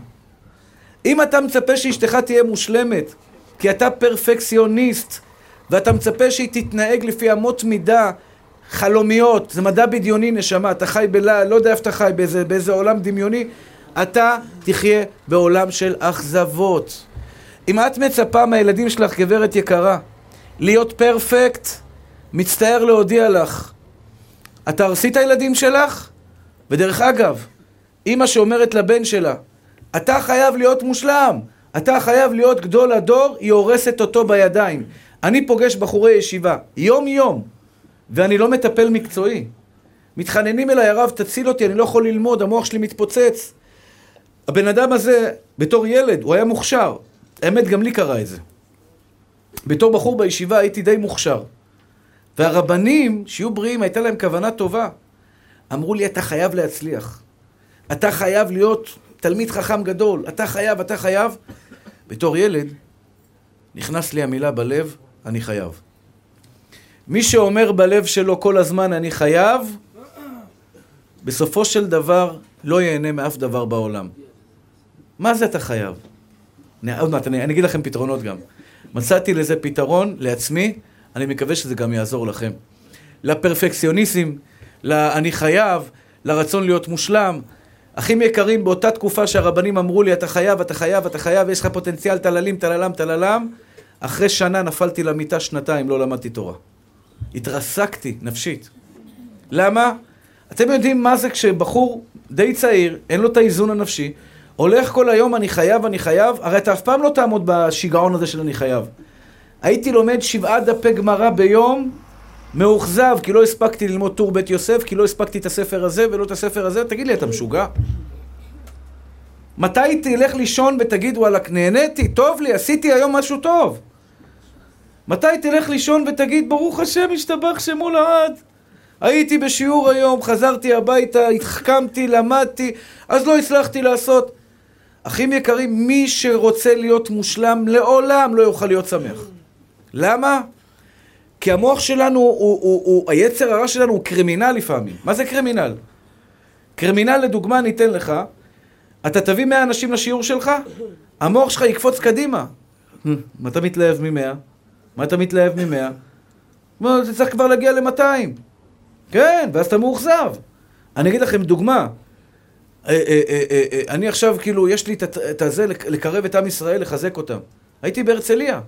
אם אתה מצפה שאשתך תהיה מושלמת, כי אתה פרפקציוניסט, ואתה מצפה שהיא תתנהג לפי אמות מידה חלומיות, זה מדע בדיוני נשמה, אתה חי לא יודע איפה אתה חי, באיזה עולם דמיוני, אתה תחיה בעולם של אכזבות. אם את מצפה מהילדים שלך, גברת יקרה, להיות פרפקט, מצטער להודיע לך. אתה הרסית הילדים שלך? ודרך אגב, אמא שאומרת לבן שלה, אתה חייב להיות מושלם, אתה חייב להיות גדול הדור, היא הורסת אותו בידיים. אני פוגש בחורי ישיבה, יום יום, ואני לא מטפל מקצועי. מתחננים אליי, הרב, תציל אותי, אני לא יכול ללמוד, המוח שלי מתפוצץ. הבן אדם הזה, בתור ילד, הוא היה מוכשר. האמת, גם לי קרה את זה. בתור בחור בישיבה הייתי די מוכשר. והרבנים, שיהיו בריאים, הייתה להם כוונה טובה. אמרו לי, אתה חייב להצליח. אתה חייב להיות תלמיד חכם גדול. אתה חייב. בתור ילד, נכנס לי המילה בלב, אני חייב. מי שאומר בלב שלו כל הזמן, אני חייב, בסופו של דבר, לא ייהנה מאף דבר בעולם. מה זה אתה חייב? עוד מעט, אני אגיד לכם פתרונות גם. מצאתי לזה פתרון לעצמי, אני מקווה שזה גם יעזור לכם. לפרפקציוניזם, אני חייב, לרצון להיות מושלם. אחים יקרים, באותה תקופה שהרבנים אמרו לי, אתה חייב, יש לך פוטנציאל, תללם, אחרי שנה נפלתי למיטה 2 לא למדתי תורה. התרסקתי נפשית. למה? אתם יודעים מה זה כשבחור די צעיר, אין לו את האיזון הנפשי, הולך כל היום, אני חייב, הרי אתה אף פעם לא תעמוד בשיגעון הזה של אני חייב. הייתי לומד 7 דפי גמרא ביום, מאוכזב, כי לא הספקתי ללמוד טור בית יוסף, כי לא הספקתי את הספר הזה ולא את הספר הזה. תגיד לי, אתה משוגע? מתי תלך לישון ותגיד, וואלה, נהניתי, טוב לי, עשיתי היום משהו טוב? מתי תלך לישון ותגיד, ברוך השם, השתבח שמו לעד? הייתי בשיעור היום, חזרתי הביתה, התחכמתי, למדתי, אז לא הצלחתי לעשות. אחים יקרים, מי שרוצה להיות מושלם לעולם לא יוכל להיות שמח. למה? כי המוח שלנו, היצר הרע שלנו הוא קרימינל לפעמים. מה זה קרימינל? קרימינל לדוגמה ניתן לך, אתה תביא 100 אנשים לשיעור שלך, המוח שלך יקפוץ קדימה. מה אתה מתלהב מ-100? מה, זה צריך כבר להגיע ל-200. כן, ואז אתה מאוכזב. אני אגיד לכם דוגמה. אני עכשיו, כאילו, יש לי את זה לקרב את עם ישראל, לחזק אותם. הייתי בהרצליה.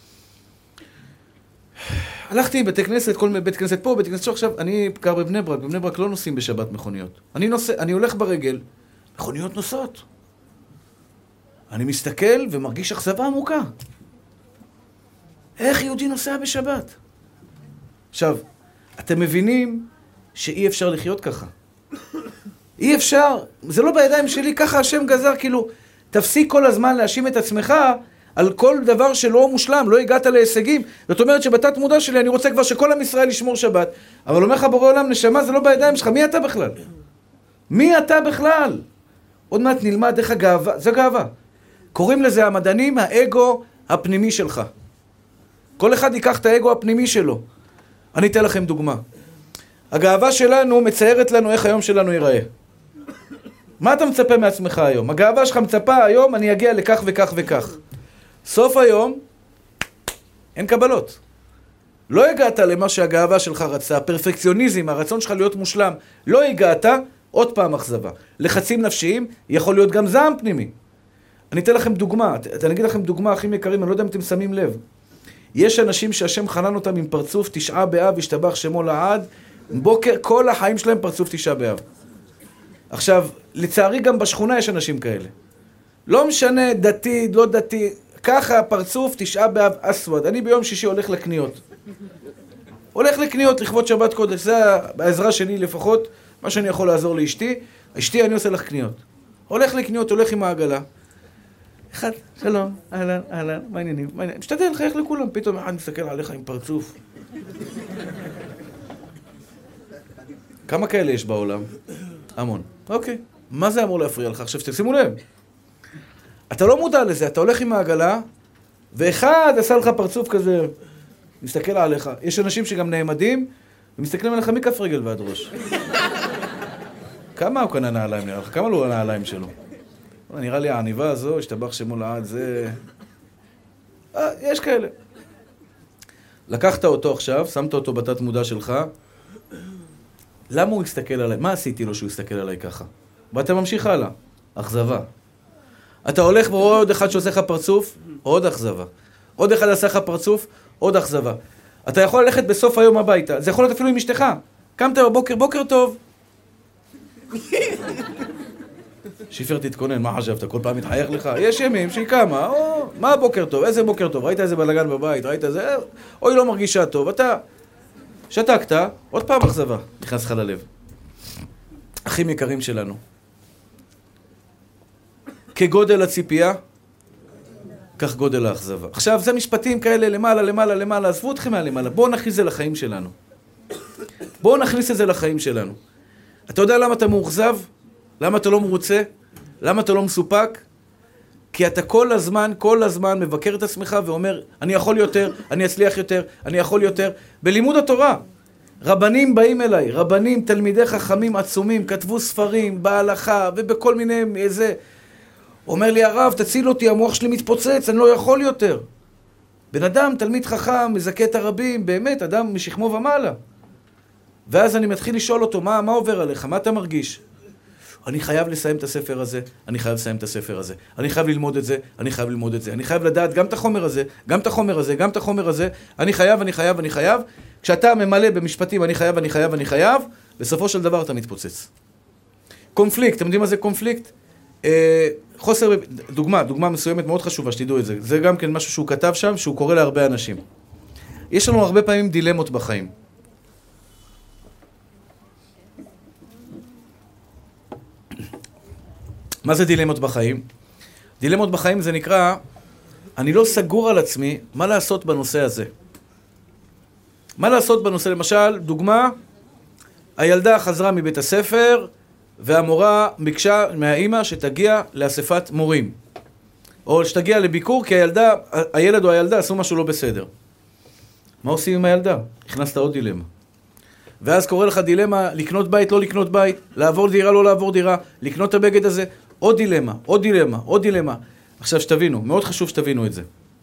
הלכתי בבית כנסת, כל בית כנסת פה, בית כנסת שעכשיו, אני גר בבני ברק לא נוסעים בשבת מכוניות. אני הולך ברגל, מכוניות נוסעות. אני מסתכל ומרגיש אכזבה עמוקה. איך יהודי נוסע בשבת? עכשיו, אתם מבינים שאי אפשר לחיות ככה. אי אפשר, זה לא בידיים שלי, ככה השם גזר, כאילו, תפסיק כל הזמן להאשים את עצמך על כל דבר שלא מושלם, לא הגעת להישגים. זאת אומרת שבתת מודע שלי אני רוצה כבר שכל עם ישראל ישמור שבת, אבל אומר לך בורא עולם, נשמה, זה לא בידיים שלך, מי אתה בכלל? מי אתה בכלל? עוד מעט נלמד איך הגאווה, זו גאווה. קוראים לזה המדענים, האגו הפנימי שלך. כל אחד ייקח את האגו הפנימי שלו. אני אתן לכם דוגמה. הגאווה שלנו מציירת לנו איך היום שלנו ייראה. מה אתה מצפה מעצמך היום? הגאווה שלך מצפה היום, אני אגיע לכך וכך וכך. סוף היום, אין קבלות. לא הגעת למה שהגאווה שלך רצה, הפרפקציוניזם, הרצון שלך להיות מושלם. לא הגעת, עוד פעם אכזבה. לחצים נפשיים, יכול להיות גם זעם פנימי. אני אתן לכם דוגמה, אני אגיד לכם דוגמה, אחים יקרים, אני לא יודע אם אתם שמים לב. יש אנשים שהשם חנן אותם עם פרצוף 9 באב, השתבח שמו לעד, בוקר, כל החיים שלהם פרצוף 9 באב. עכשיו, לצערי גם בשכונה יש אנשים כאלה. לא משנה דתי, לא דתי, ככה פרצוף 9 באב אסווד. אני ביום שישי הולך לקניות. הולך לקניות לכבוד שבת קודש, זה העזרה שלי לפחות, מה שאני יכול לעזור לאשתי. אשתי אני עושה לך קניות. הולך לקניות, הולך עם העגלה. אחד, שלום, אהלן, מה העניינים? משתדל, חייך לכולם, פתאום אחד מסתכל עליך עם פרצוף. כמה כאלה יש בעולם? המון. אוקיי. מה זה אמור להפריע לך? עכשיו תשימו לב. אתה לא מודע לזה, אתה הולך עם העגלה, ואחד עשה לך פרצוף כזה, מסתכל עליך. יש אנשים שגם נעמדים, ומסתכלים עליך מכף רגל ועד ראש. כמה הוא קנה נעליים נראה לך? כמה לא הנעליים שלו? נראה לי העניבה הזו, השתבח שמו לעד, זה... יש כאלה. לקחת אותו עכשיו, שמת אותו בתת מודע שלך, למה הוא הסתכל עליי? מה עשיתי לו שהוא הסתכל עליי ככה? ואתה ממשיך הלאה. אכזבה. אתה הולך ורואה עוד אחד שעושה לך פרצוף, עוד אכזבה. עוד אחד עושה לך פרצוף, עוד אכזבה. אתה יכול ללכת בסוף היום הביתה, זה יכול להיות אפילו עם אשתך. קמת בבוקר, בוקר טוב. שיפר תתכונן, מה חשבת? כל פעם מתחייך לך? יש ימים שהיא קמה, מה בוקר טוב? איזה בוקר טוב? ראית איזה בלגן בבית? ראית איזה... אוי, לא מרגישה טוב. אתה שתקת, עוד פעם אכזבה. נכנס לך ללב. אחים יקרים שלנו. כגודל הציפייה, כך גודל האכזבה. עכשיו, זה משפטים כאלה למעלה, למעלה, למעלה. עזבו אתכם מהלמעלה. בואו נכניס את זה לחיים שלנו. בואו נכניס את זה לחיים שלנו. אתה יודע למה אתה מאוכזב? למה אתה לא מרוצה? למה אתה לא מסופק? כי אתה כל הזמן מבקר את עצמך ואומר, אני יכול יותר, אני אצליח יותר, אני יכול יותר. בלימוד התורה, רבנים באים אליי, רבנים, תלמידי חכמים עצומים, כתבו ספרים בהלכה ובכל מיני איזה... אומר לי, הרב, תציל אותי, המוח שלי מתפוצץ, אני לא יכול יותר. בן אדם, תלמיד חכם, מזכה את הרבים, באמת, אדם משכמו ומעלה. ואז אני מתחיל לשאול אותו, מה עובר עליך? מה אתה מרגיש? אני חייב לסיים את הספר הזה, אני חייב לסיים את הספר הזה. אני חייב ללמוד את זה, אני חייב ללמוד את זה. אני חייב לדעת גם את החומר הזה, גם את החומר הזה, גם את החומר הזה. אני חייב, אני חייב, אני חייב. כשאתה ממלא במשפטים, אני חייב, אני חייב, אני חייב, בסופו של דבר אתה מתפוצץ. קונפליקט, אתם יודעים מה זה קונפליקט? חוסר, דוגמה מסוימת מאוד חשובה, שתדעו את זה. זה גם כן משהו שהוא כתב שם, שהוא קורא להרבה אנשים. יש לנו הרבה פעמים דילמות בחיים. מה זה דילמות בחיים? דילמות בחיים זה נקרא, אני לא סגור על עצמי, מה לעשות בנושא הזה? מה לעשות בנושא? למשל, דוגמה, הילדה חזרה מבית הספר, והמורה ביקשה מהאימא שתגיע לאספת מורים. או שתגיע לביקור, כי הילד או הילדה עשו משהו לא בסדר. מה עושים עם הילדה? הכנסת עוד דילמה. ואז קורא לך דילמה, לקנות בית, לא לקנות בית, לעבור דירה, לא לעבור דירה, לקנות את הבגד הזה, עוד דילמה, עוד דילמה, עוד דילמה. עכשיו שתבינו, מאוד חשוב שתבינו את זה.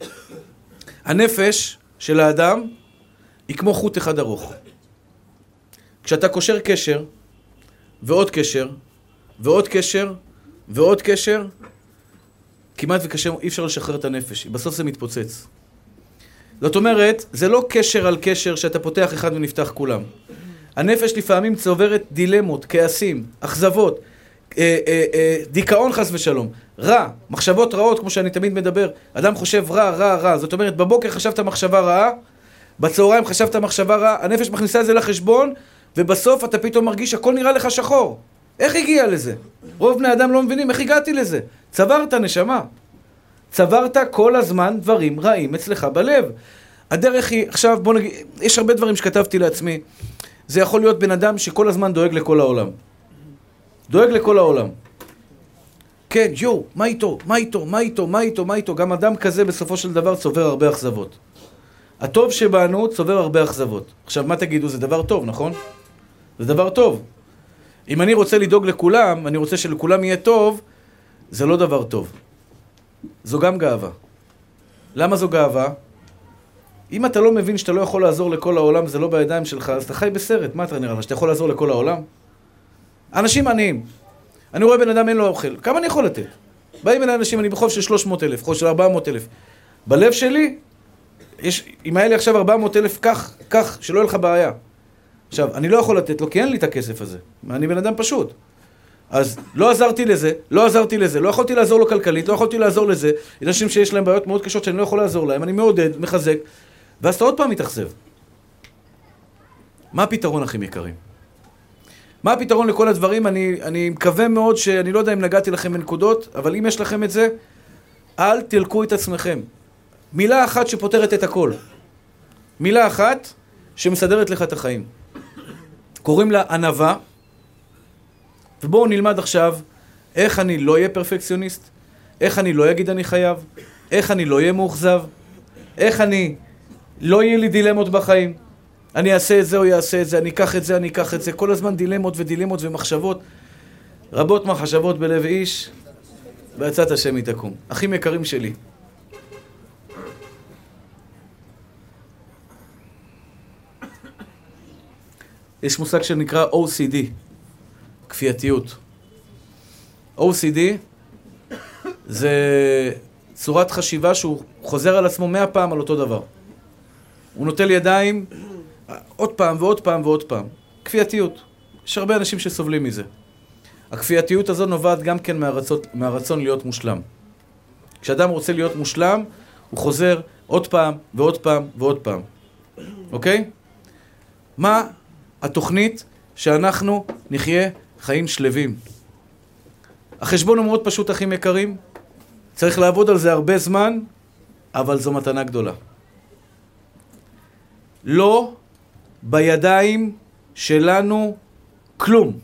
הנפש של האדם היא כמו חוט אחד ארוך. כשאתה קושר קשר, ועוד קשר, ועוד קשר, ועוד קשר, כמעט וקשה, אי אפשר לשחרר את הנפש, בסוף זה מתפוצץ. זאת אומרת, זה לא קשר על קשר שאתה פותח אחד ונפתח כולם. הנפש לפעמים צוברת דילמות, כעסים, אכזבות, דיכאון חס ושלום, רע, מחשבות רעות כמו שאני תמיד מדבר, אדם חושב רע, רע, רע, זאת אומרת בבוקר חשבת מחשבה רעה, בצהריים חשבת מחשבה רעה, הנפש מכניסה את זה לחשבון, ובסוף אתה פתאום מרגיש הכל נראה לך שחור. איך הגיע לזה? רוב בני אדם לא מבינים איך הגעתי לזה. צברת נשמה. צברת כל הזמן דברים רעים אצלך בלב. הדרך היא, עכשיו בוא נגיד, יש הרבה דברים שכתבתי לעצמי. זה יכול להיות בן אדם שכל הזמן דואג לכל העולם. דואג לכל העולם. כן, מה איתו? מה איתו? מה איתו? מה איתו? מה איתו? גם אדם כזה בסופו של דבר צובר הרבה אכזבות. הטוב שבנו צובר הרבה אכזבות. עכשיו, מה תגידו? זה דבר טוב, נכון? זה דבר טוב. אם אני רוצה לדאוג לכולם, אני רוצה שלכולם יהיה טוב, זה לא דבר טוב. זו גם גאווה. למה זו גאווה? אם אתה לא מבין שאתה לא יכול לעזור לכל העולם, זה לא בידיים שלך, אז אתה חי בסרט. מה אתה נראה לך? שאתה יכול לעזור לכל העולם? אנשים עניים. אני רואה בן אדם אין לו אוכל. כמה אני יכול לתת? באים אליי אנשים, אני בחוב של 300,000, חוב של 400,000. בלב שלי, אם היה לי עכשיו 400,000, כך, שלא יהיה לך בעיה. עכשיו, אני לא יכול לתת לו, כי אין לי את הכסף הזה. אני בן אדם פשוט. אז לא עזרתי לזה, לא יכולתי לעזור לו כלכלית, לא יכולתי לעזור לזה. יש אנשים שיש להם בעיות מאוד קשות שאני לא יכול לעזור להם, אני מעודד, מחזק, ואז אתה עוד פעם מתאכזב. מה הפתרון, אחים יקרים? מה הפתרון לכל הדברים? אני מקווה מאוד שאני לא יודע אם נגעתי לכם בנקודות, אבל אם יש לכם את זה, אל תלקו את עצמכם. מילה אחת שפותרת את הכל. מילה אחת שמסדרת לך את החיים. קוראים לה ענווה, ובואו נלמד עכשיו איך אני לא אהיה פרפקציוניסט, איך אני לא אגיד אני חייב, איך אני לא אהיה מאוכזב, איך אני לא יהיה לי דילמות בחיים. אני אעשה את זה או יעשה את זה, אני אקח את זה, אני אקח את זה. כל הזמן דילמות ודילמות ומחשבות. רבות מחשבות בלב איש, בעצת השם היא תקום. אחים יקרים שלי. יש מושג שנקרא OCD, כפייתיות. OCD זה צורת חשיבה שהוא חוזר על עצמו 100 פעם על אותו דבר. הוא נוטל ידיים עוד פעם ועוד פעם ועוד פעם. כפייתיות. יש הרבה אנשים שסובלים מזה. הכפייתיות הזו נובעת גם כן מהרצון להיות מושלם. כשאדם רוצה להיות מושלם, הוא חוזר עוד פעם ועוד פעם ועוד פעם. אוקיי? מה התוכנית שאנחנו נחיה חיים שלווים? החשבון הוא מאוד פשוט, אחים יקרים. צריך לעבוד על זה הרבה זמן, אבל זו מתנה גדולה. לא בידיים שלנו כלום.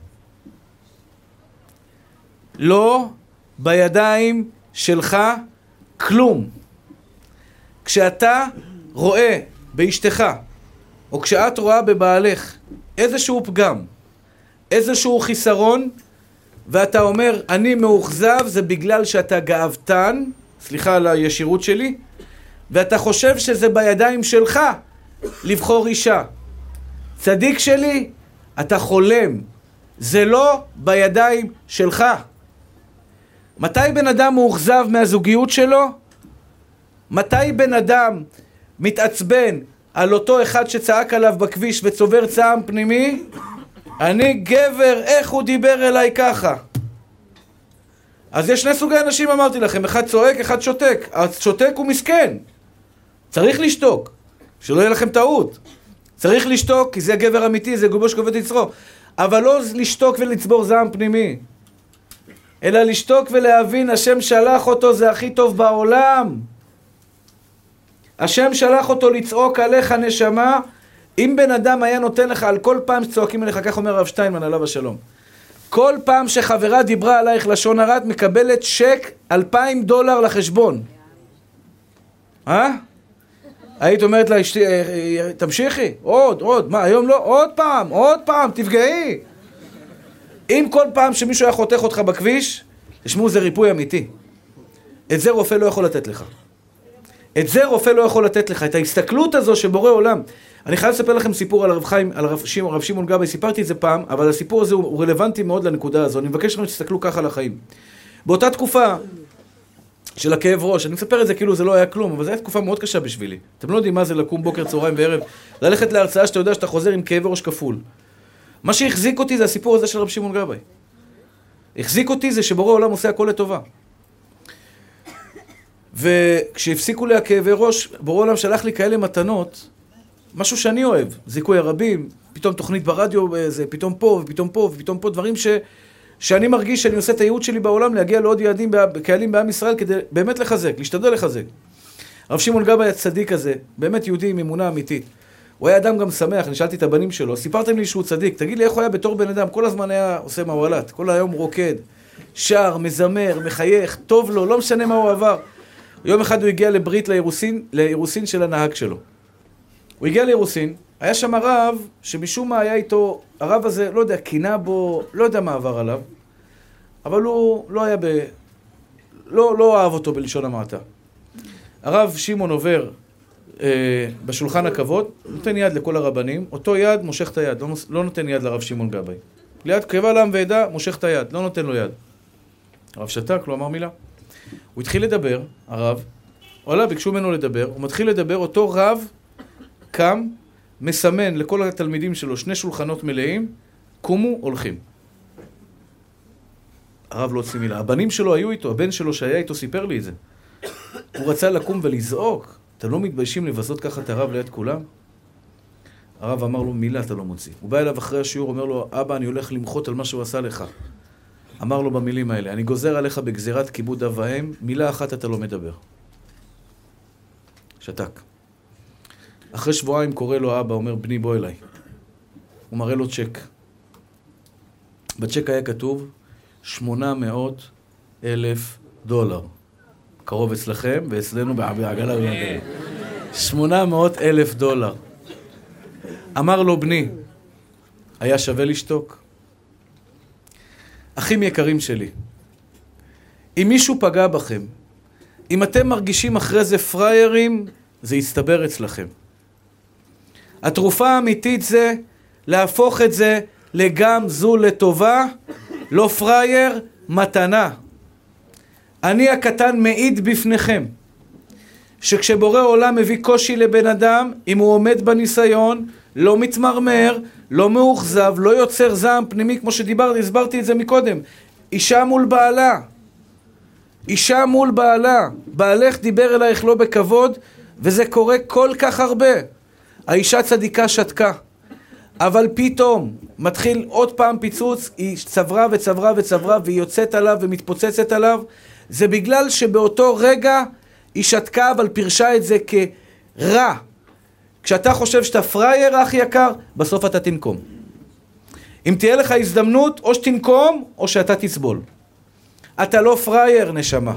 לא בידיים שלך כלום. כשאתה רואה באשתך, או כשאת רואה בבעלך איזשהו פגם, איזשהו חיסרון, ואתה אומר, אני מאוכזב, זה בגלל שאתה גאוותן, סליחה על הישירות שלי, ואתה חושב שזה בידיים שלך לבחור אישה. צדיק שלי, אתה חולם. זה לא בידיים שלך. מתי בן אדם מאוכזב מהזוגיות שלו? מתי בן אדם מתעצבן על אותו אחד שצעק עליו בכביש וצובר צעם פנימי? אני גבר, איך הוא דיבר אליי ככה? אז יש שני סוגי אנשים, אמרתי לכם, אחד צועק, אחד שותק. השותק הוא מסכן. צריך לשתוק, שלא יהיה לכם טעות. צריך לשתוק, כי זה גבר אמיתי, זה גובו שכובד יצרו. אבל לא לשתוק ולצבור זעם פנימי. אלא לשתוק ולהבין, השם שלח אותו, זה הכי טוב בעולם. השם שלח אותו לצעוק עליך נשמה. אם בן אדם היה נותן לך על כל פעם שצועקים עליך, כך אומר הרב שטיינמן עליו השלום, כל פעם שחברה דיברה עלייך לשון הרע, את מקבלת צ'ק $2,000 לחשבון. היית אומרת לה, תמשיכי, עוד, מה, היום לא? עוד פעם, תפגעי. אם כל פעם שמישהו היה חותך אותך בכביש, תשמעו, זה ריפוי אמיתי. את זה רופא לא יכול לתת לך. את ההסתכלות הזו שבורא עולם. אני חייב לספר לכם סיפור על הרב שמעון גבאי, סיפרתי את זה פעם, אבל הסיפור הזה הוא רלוונטי מאוד לנקודה הזו. אני מבקש לכם שתסתכלו ככה על החיים. באותה תקופה של הכאב ראש, אני מספר את זה כאילו זה לא היה כלום, אבל זו הייתה תקופה מאוד קשה בשבילי. אתם לא יודעים מה זה לקום בוקר, צהריים וערב, ללכת להרצאה שאתה יודע שאתה חוזר עם כאב ראש כפול. מה שהחזיק אותי זה הסיפור הזה של רב שמעון גבאי. החזיק אותי זה שבורא עולם עושה הכל לטובה. וכשהפסיקו לי הכאבי ראש, בורא עולם שלח לי כאלה מתנות, משהו שאני אוהב, זיכוי הרבים, פתאום תוכנית ברדיו, פתאום פה ופתאום פה ופתאום פה, דברים שאני מרגיש שאני עושה את הייעוד שלי בעולם, להגיע לעוד יעדים קהלים בעם ישראל, כדי באמת לחזק, להשתדל לחזק. הרב שמעון גבאי הצדיק הזה, באמת יהודי עם אמונה אמיתית. הוא היה אדם גם שמח, אני שאלתי את הבנים שלו, סיפרתם לי שהוא צדיק, תגיד לי איך הוא היה בתור בן אדם, כל הזמן היה עושה מעוולת, כל היום רוקד, שר, מזמר, מחייך, טוב לו, לא משנה מה הוא עבר. יום אחד הוא הגיע לברית לאירוסין של הנהג שלו. הוא הגיע לאירוסין, היה שם הרב שמשום מה היה איתו, הרב הזה, לא יודע, קינה בו, לא יודע מה עבר עליו, אבל הוא לא היה לא אהב אותו בלשון המעטה. הרב שמעון עובר בשולחן הכבוד, נותן יד לכל הרבנים, אותו יד מושך את היד, לא נותן יד לרב שמעון גבאי. ליד קרבה לעם ועדה, מושך את היד, לא נותן לו יד. הרב שתק, לא אמר מילה. הוא התחיל לדבר, הרב, עולה, ביקשו ממנו לדבר, הוא מתחיל לדבר, אותו רב קם, מסמן לכל התלמידים שלו 2 שולחנות מלאים, קומו, הולכים. הרב לא הוציא מילה. הבנים שלו היו איתו, הבן שלו שהיה איתו סיפר לי את זה. הוא רצה לקום ולזעוק. אתם לא מתביישים לבזות ככה את הרב ליד כולם? הרב אמר לו, מילה אתה לא מוציא. הוא בא אליו אחרי השיעור, אומר לו, אבא, אני הולך למחות על מה שהוא עשה לך. אמר לו במילים האלה, אני גוזר עליך בגזירת כיבוד אב ואם, מילה אחת אתה לא מדבר. שתק. אחרי שבועיים קורא לו אבא, אומר, בני בוא אליי. הוא מראה לו צ'ק. בצ'ק היה כתוב, $800,000. קרוב אצלכם ואצלנו בעגלה ובעגלה. $800,000. אמר לו בני, היה שווה לשתוק? אחים יקרים שלי, אם מישהו פגע בכם, אם אתם מרגישים אחרי זה פריירים, זה יסתבר אצלכם. התרופה האמיתית זה להפוך את זה לגם זו לטובה, לא פרייר, מתנה. אני הקטן מעיד בפניכם, שכשבורא עולם מביא קושי לבן אדם, אם הוא עומד בניסיון, לא מתמרמר, לא מאוכזב, לא יוצר זעם פנימי, כמו הסברתי את זה מקודם. אישה מול בעלה. אישה מול בעלה. בעלך דיבר אלייך לא בכבוד, וזה קורה כל כך הרבה. האישה צדיקה שתקה. אבל פתאום מתחיל עוד פעם פיצוץ, היא צברה וצברה וצברה, והיא יוצאת עליו ומתפוצצת עליו. זה בגלל שבאותו רגע היא שתקה, אבל פירשה את זה כרע. כשאתה חושב שאתה פרייר, אח יקר, בסוף אתה תנקום. אם תהיה לך הזדמנות, או שתנקום, או שאתה תסבול. אתה לא פרייר, נשמה.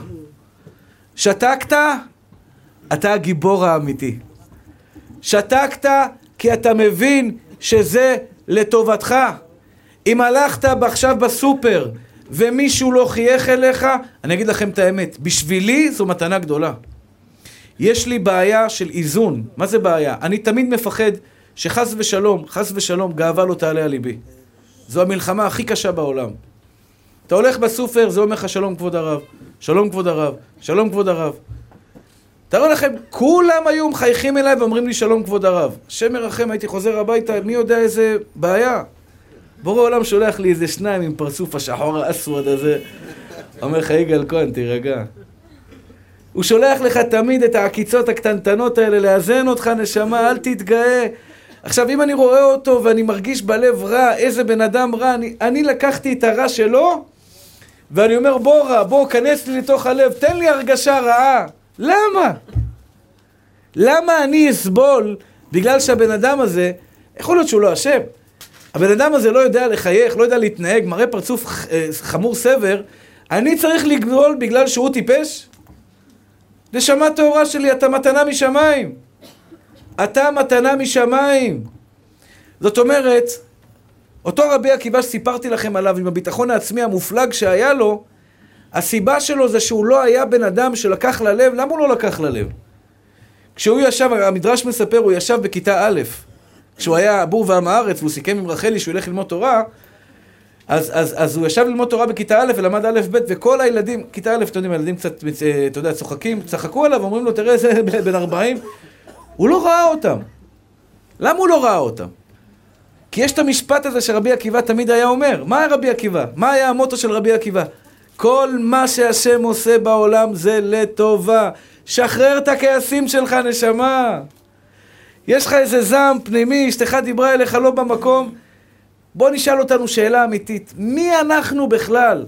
שתקת, אתה הגיבור האמיתי. שתקת, כי אתה מבין שזה לטובתך. אם הלכת עכשיו בסופר, ומישהו לא חייך אליך, אני אגיד לכם את האמת, בשבילי זו מתנה גדולה. יש לי בעיה של איזון. מה זה בעיה? אני תמיד מפחד שחס ושלום, גאווה לא תעלה על ליבי. זו המלחמה הכי קשה בעולם. אתה הולך בסופר, זה אומר לך שלום כבוד הרב, שלום כבוד הרב, שלום כבוד הרב. תראו לכם, כולם היו מחייכים אליי ואומרים לי שלום כבוד הרב. השם מרחם, הייתי חוזר הביתה, מי יודע איזה בעיה. בורא עולם שולח לי איזה שניים עם פרצוף השחור האסווד הזה. אומר לך, יגאל כהן, תירגע. הוא שולח לך תמיד את העקיצות הקטנטנות האלה, לאזן אותך נשמה, אל תתגאה. עכשיו, אם אני רואה אותו ואני מרגיש בלב רע, איזה בן אדם רע, אני לקחתי את הרע שלו, ואני אומר, בוא, כנס לי לתוך הלב, תן לי הרגשה רעה. למה? למה אני אסבול בגלל שהבן אדם הזה, יכול להיות שהוא לא אשם, הבן אדם הזה לא יודע לחייך, לא יודע להתנהג, מראה פרצוף חמור סבר, אני צריך לגדול בגלל שהוא טיפש? נשמה טהורה שלי, אתה מתנה משמיים. אתה מתנה משמיים. זאת אומרת, אותו רבי עקיבא שסיפרתי לכם עליו, עם הביטחון העצמי המופלג שהיה לו, הסיבה שלו זה שהוא לא היה בן אדם שלקח ללב. למה הוא לא לקח ללב? כשהוא ישב, המדרש מספר, הוא ישב בכיתה א', כשהוא היה בור ועם הארץ, והוא סיכם עם רחלי שהוא ילך ללמוד תורה, אז הוא ישב ללמוד תורה בכיתה א' ולמד א' ב', וכל הילדים, כיתה א', אתם יודעים, הילדים קצת, אתה יודע, צחקו עליו, אומרים לו, תראה איזה בן 40, הוא לא ראה אותם. למה הוא לא ראה אותם? כי יש את המשפט הזה שרבי עקיבא תמיד היה אומר. מה היה רבי עקיבא? מה היה המוטו של רבי עקיבא? כל מה שהשם עושה בעולם זה לטובה. שחרר את הכעסים שלך, נשמה. יש לך איזה זעם פנימי, אשתך דיברה אליך לא במקום. בוא נשאל אותנו שאלה אמיתית. מי אנחנו בכלל?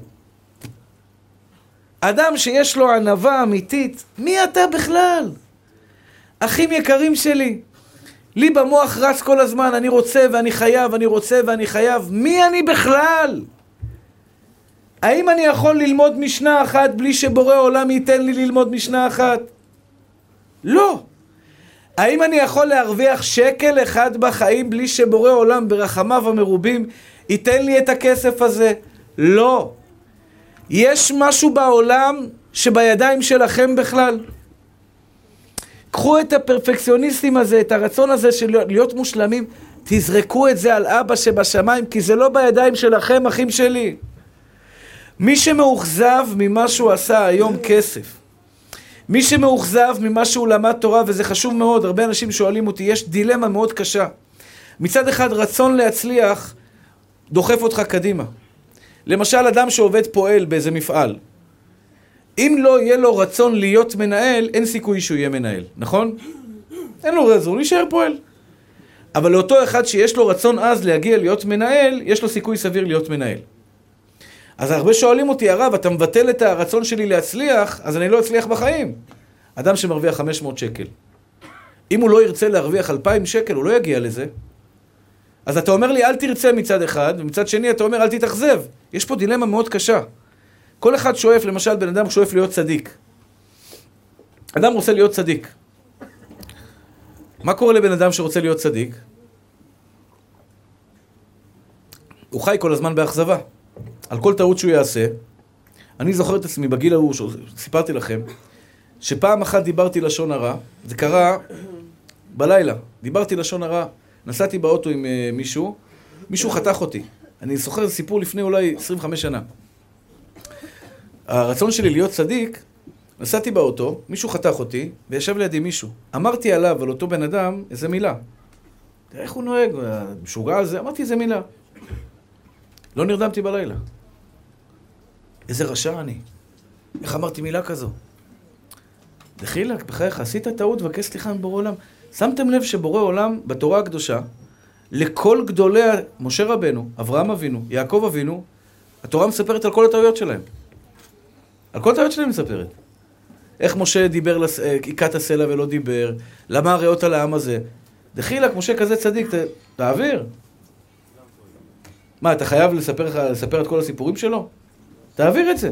אדם שיש לו ענווה אמיתית, מי אתה בכלל? אחים יקרים שלי, לי במוח רץ כל הזמן, אני רוצה ואני חייב, אני רוצה ואני חייב. מי אני בכלל? האם אני יכול ללמוד משנה אחת בלי שבורא עולם ייתן לי ללמוד משנה אחת? לא. האם אני יכול להרוויח שקל אחד בחיים בלי שבורא עולם ברחמיו המרובים ייתן לי את הכסף הזה? לא. יש משהו בעולם שבידיים שלכם בכלל? קחו את הפרפקציוניסטים הזה, את הרצון הזה של להיות מושלמים, תזרקו את זה על אבא שבשמיים, כי זה לא בידיים שלכם, אחים שלי. מי שמאוכזב ממה שהוא עשה היום כסף, מי שמאוכזב ממה שהוא למד תורה, וזה חשוב מאוד, הרבה אנשים שואלים אותי, יש דילמה מאוד קשה. מצד אחד, רצון להצליח דוחף אותך קדימה. למשל, אדם שעובד פועל באיזה מפעל, אם לא יהיה לו רצון להיות מנהל, אין סיכוי שהוא יהיה מנהל, נכון? אין לו רצון, הוא יישאר פועל. אבל לאותו אחד שיש לו רצון אז להגיע להיות מנהל, יש לו סיכוי סביר להיות מנהל. אז הרבה שואלים אותי, הרב, אתה מבטל את הרצון שלי להצליח, אז אני לא אצליח בחיים. אדם שמרוויח 500 שקל. אם הוא לא ירצה להרוויח 2,000 שקל, הוא לא יגיע לזה. אז אתה אומר לי, אל תרצה מצד אחד, ומצד שני אתה אומר, אל תתאכזב. יש פה דילמה מאוד קשה. כל אחד שואף, למשל, בן אדם שואף להיות צדיק. אדם רוצה להיות צדיק. מה קורה לבן אדם שרוצה להיות צדיק? הוא חי כל הזמן באכזבה. על כל טעות שהוא יעשה. אני זוכר את עצמי בגיל ההוא, סיפרתי לכם, שפעם אחת דיברתי לשון הרע, זה קרה בלילה, דיברתי לשון הרע, נסעתי באוטו עם מישהו חתך אותי. אני זוכר, זה סיפור לפני אולי 25 שנה. הרצון שלי להיות צדיק, נסעתי באוטו, מישהו חתך אותי, וישב לידי מישהו. אמרתי עליו, על אותו בן אדם, איזה מילה. איך הוא נוהג? משוגע על זה? אמרתי איזה מילה. לא נרדמתי בלילה. איזה רשע אני. איך אמרתי מילה כזו? דחילק, בחייך, עשית טעות ובקש סליחה מבורא עולם. שמתם לב שבורא עולם, בתורה הקדושה, לכל גדולי, משה רבנו, אברהם אבינו, יעקב אבינו, התורה מספרת על כל הטעויות שלהם. על כל הטעויות שלהם מספרת. איך משה דיבר, עיקת הסלע ולא דיבר, למה הריאות על העם הזה. דחילק, משה כזה צדיק, תעביר. מה, אתה חייב לספר את כל הסיפורים שלו? תעביר את זה.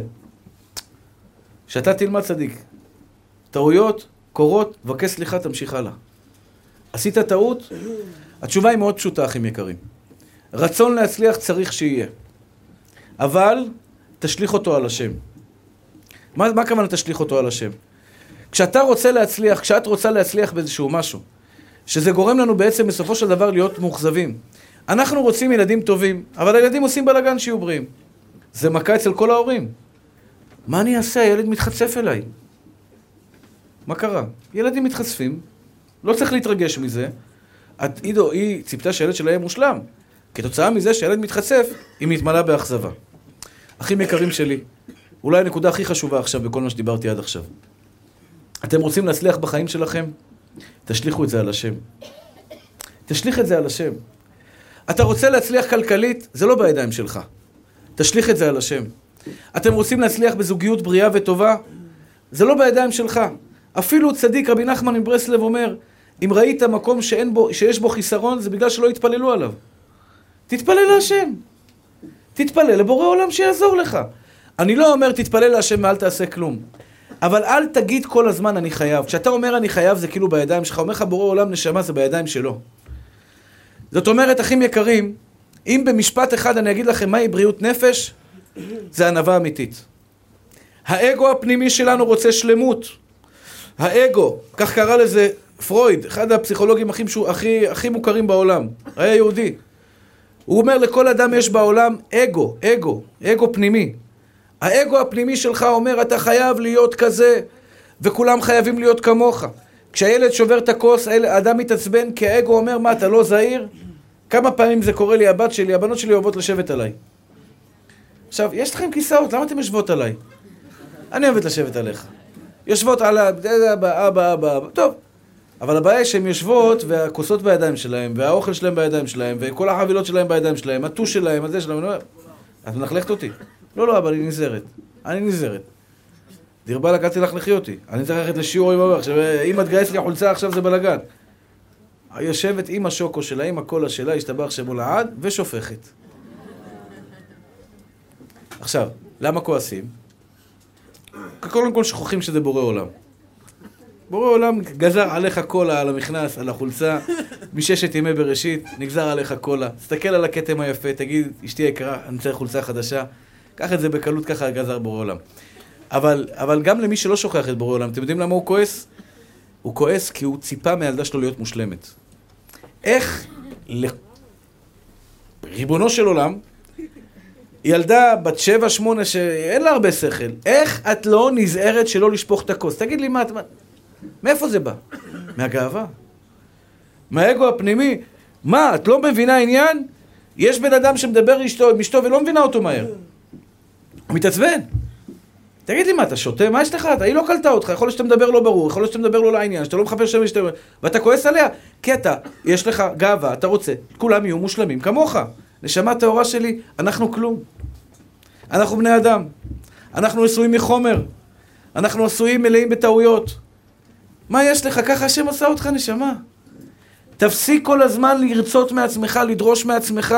שאתה תלמד צדיק. טעויות, קורות, ובקש סליחה, תמשיך הלאה. עשית טעות? התשובה היא מאוד פשוטה, אחים יקרים. רצון להצליח צריך שיהיה. אבל תשליך אותו על השם. מה הכוונה תשליך אותו על השם? כשאת רוצה להצליח באיזשהו משהו, שזה גורם לנו בעצם בסופו של דבר להיות מאוכזבים. אנחנו רוצים ילדים טובים, אבל הילדים עושים בלגן שיהיו בריאים. זה מכה אצל כל ההורים. מה אני אעשה? הילד מתחצף אליי. מה קרה? ילדים מתחצפים, לא צריך להתרגש מזה. היא ציפתה שהילד שלה יהיה מושלם. כתוצאה מזה שהילד מתחצף, היא מתמלאה באכזבה. אחים יקרים שלי, אולי הנקודה הכי חשובה עכשיו בכל מה שדיברתי עד עכשיו. אתם רוצים להצליח בחיים שלכם? תשליכו את זה על השם. תשליך את זה על השם. אתה רוצה להצליח כלכלית? זה לא בידיים שלך. תשליך את זה על השם. אתם רוצים להצליח בזוגיות בריאה וטובה? זה לא בידיים שלך. אפילו צדיק רבי נחמן מברסלב אומר, אם ראית מקום שיש בו חיסרון, זה בגלל שלא יתפללו עליו. תתפלל להשם. תתפלל לבורא עולם שיעזור לך. אני לא אומר תתפלל להשם ואל תעשה כלום. אבל אל תגיד כל הזמן אני חייב. כשאתה אומר אני חייב זה כאילו בידיים שלך. אומר לך בורא עולם נשמה זה בידיים שלו. זאת אומרת, אחים יקרים, אם במשפט אחד אני אגיד לכם מהי בריאות נפש, זה ענווה אמיתית. האגו הפנימי שלנו רוצה שלמות. האגו, כך קרא לזה פרויד, אחד הפסיכולוגים הכי מוכרים בעולם, היה יהודי. הוא אומר לכל אדם יש בעולם אגו פנימי. האגו הפנימי שלך אומר אתה חייב להיות כזה, וכולם חייבים להיות כמוך. כשהילד שובר את הכוס, האדם מתעצבן, כי האגו אומר מה אתה לא זהיר? כמה פעמים זה קורה לי, הבנות שלי אוהבות לשבת עליי. עכשיו, יש לכם כיסאות, למה אתם יושבות עליי? אני אוהבת לשבת עליך. יושבות על אבא, טוב. אבל הבעיה היא שהן יושבות, והכוסות בידיים שלהם, והאוכל שלהם בידיים שלהם, וכל החבילות שלהם בידיים שלהם, הטוש שלהם, הזה שלהם, את מנחלכת אותי? לא, אבל אני נזהרת. דרבה לקצתי לך לחי אותי. אני צריך ללכת לשיעור עם אבא. עכשיו, אם את גייס לי חולצה, עכשיו זה בלגן. יושבת עם השוקו שלה, עם הקולה שלה, השתבח שמו לעד, ושופכת. עכשיו, למה כועסים? קודם כל שוכחים שזה בורא עולם. בורא עולם גזר עליך קולה, על המכנס, על החולצה, מששת ימי בראשית, נגזר עליך קולה. תסתכל על הכתם היפה, תגיד, אשתי יקרה, אני צריך חולצה חדשה. קח את זה בקלות, ככה גזר בורא עולם. אבל גם למי שלא שוכח את בורא עולם, אתם יודעים למה הוא כועס? הוא כועס כי הוא ציפה מהילדה שלו להיות מושלמת. איך ריבונו של עולם, ילדה בת 7-8 שאין לה הרבה שכל, איך את לא נזהרת שלא לשפוך את הכוס? תגיד לי מאיפה זה בא? מהגאווה? מהאגו הפנימי? מה, את לא מבינה עניין? יש בן אדם שמדבר עם אשתו ולא מבינה אותו מהר. הוא מתעצבן. תגיד לי מה, אתה שותה? מה יש לך? היא לא קלטה אותך, יכול להיות שאתה מדבר לא ברור, יכול להיות שאתה מדבר לא לעניין, שאתה לא מחפש שם שאתה... ואתה כועס עליה, כי יש לך גאווה, אתה רוצה, כולם יהיו מושלמים כמוך. נשמה טהורה שלי, אנחנו כלום. אנחנו בני אדם. אנחנו עשויים מחומר. אנחנו עשויים מלאים בטעויות. מה יש לך? ככה השם עשה אותך, נשמה. תפסיק כל הזמן לרצות מעצמך, לדרוש מעצמך.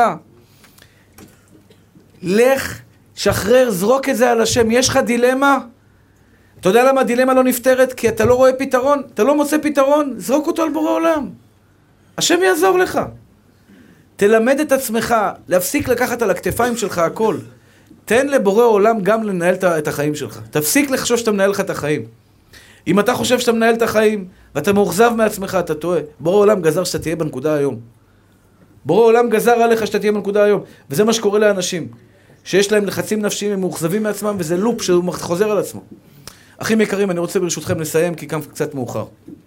לך, שחרר, זרוק את זה על השם. יש לך דילמה? אתה יודע למה הדילמה לא נפתרת? כי אתה לא רואה פתרון, אתה לא מוצא פתרון, זרוק אותו על בורא עולם. השם יעזור לך. תלמד את עצמך, להפסיק לקחת על הכתפיים שלך הכל. תן לבורא עולם גם לנהל את החיים שלך. תפסיק לחשוב שאתה מנהל לך את החיים. אם אתה חושב שאתה מנהל את החיים, ואתה מאוכזב מעצמך, אתה טועה. בורא עולם גזר שאתה תהיה בנקודה היום. בורא עולם גזר עליך שאתה תהיה בנקודה היום. וזה מה שקורה לאנשים. שיש להם לחצים נפשיים, הם מאוכזבים מעצמם, וזה לופ שהוא חוזר על עצמו. אחים יקרים, אני רוצה ברשותכם לסיים, כי כאן קצת מאוחר.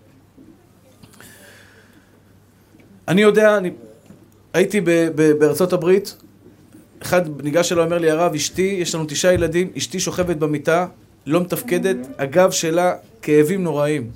אני יודע, הייתי בארצות הברית, אחד ניגש שלו אומר לי, הרב, אשתי, יש לנו 9 ילדים, אשתי שוכבת במיטה, לא מתפקדת, הגב שלה כאבים נוראים.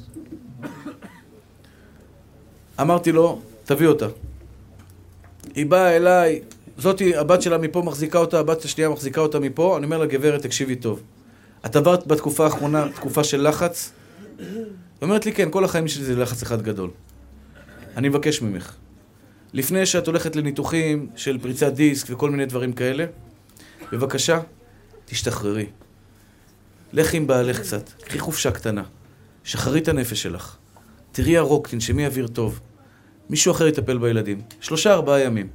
אמרתי לו, תביא אותה. היא באה אליי, זאתי, הבת שלה מפה מחזיקה אותה, הבת השנייה מחזיקה אותה מפה, אני אומר לה, גברת, תקשיבי טוב. את עברת בתקופה האחרונה, תקופה של לחץ? היא אומרת לי, כן, כל החיים שלי זה לחץ אחד גדול. אני מבקש ממך. לפני שאת הולכת לניתוחים של פריצת דיסק וכל מיני דברים כאלה, בבקשה, תשתחררי. לך עם בעלך קצת, קחי חופשה קטנה. שחררי את הנפש שלך. תראי הרוק, תנשמי אוויר טוב. מישהו אחר יטפל בילדים. 3-4 ימים.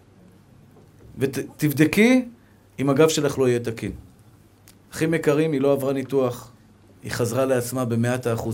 ותבדקי אם הגב שלך לא יהיה תקין. אחים יקרים, היא לא עברה ניתוח. היא חזרה לעצמה ב100%.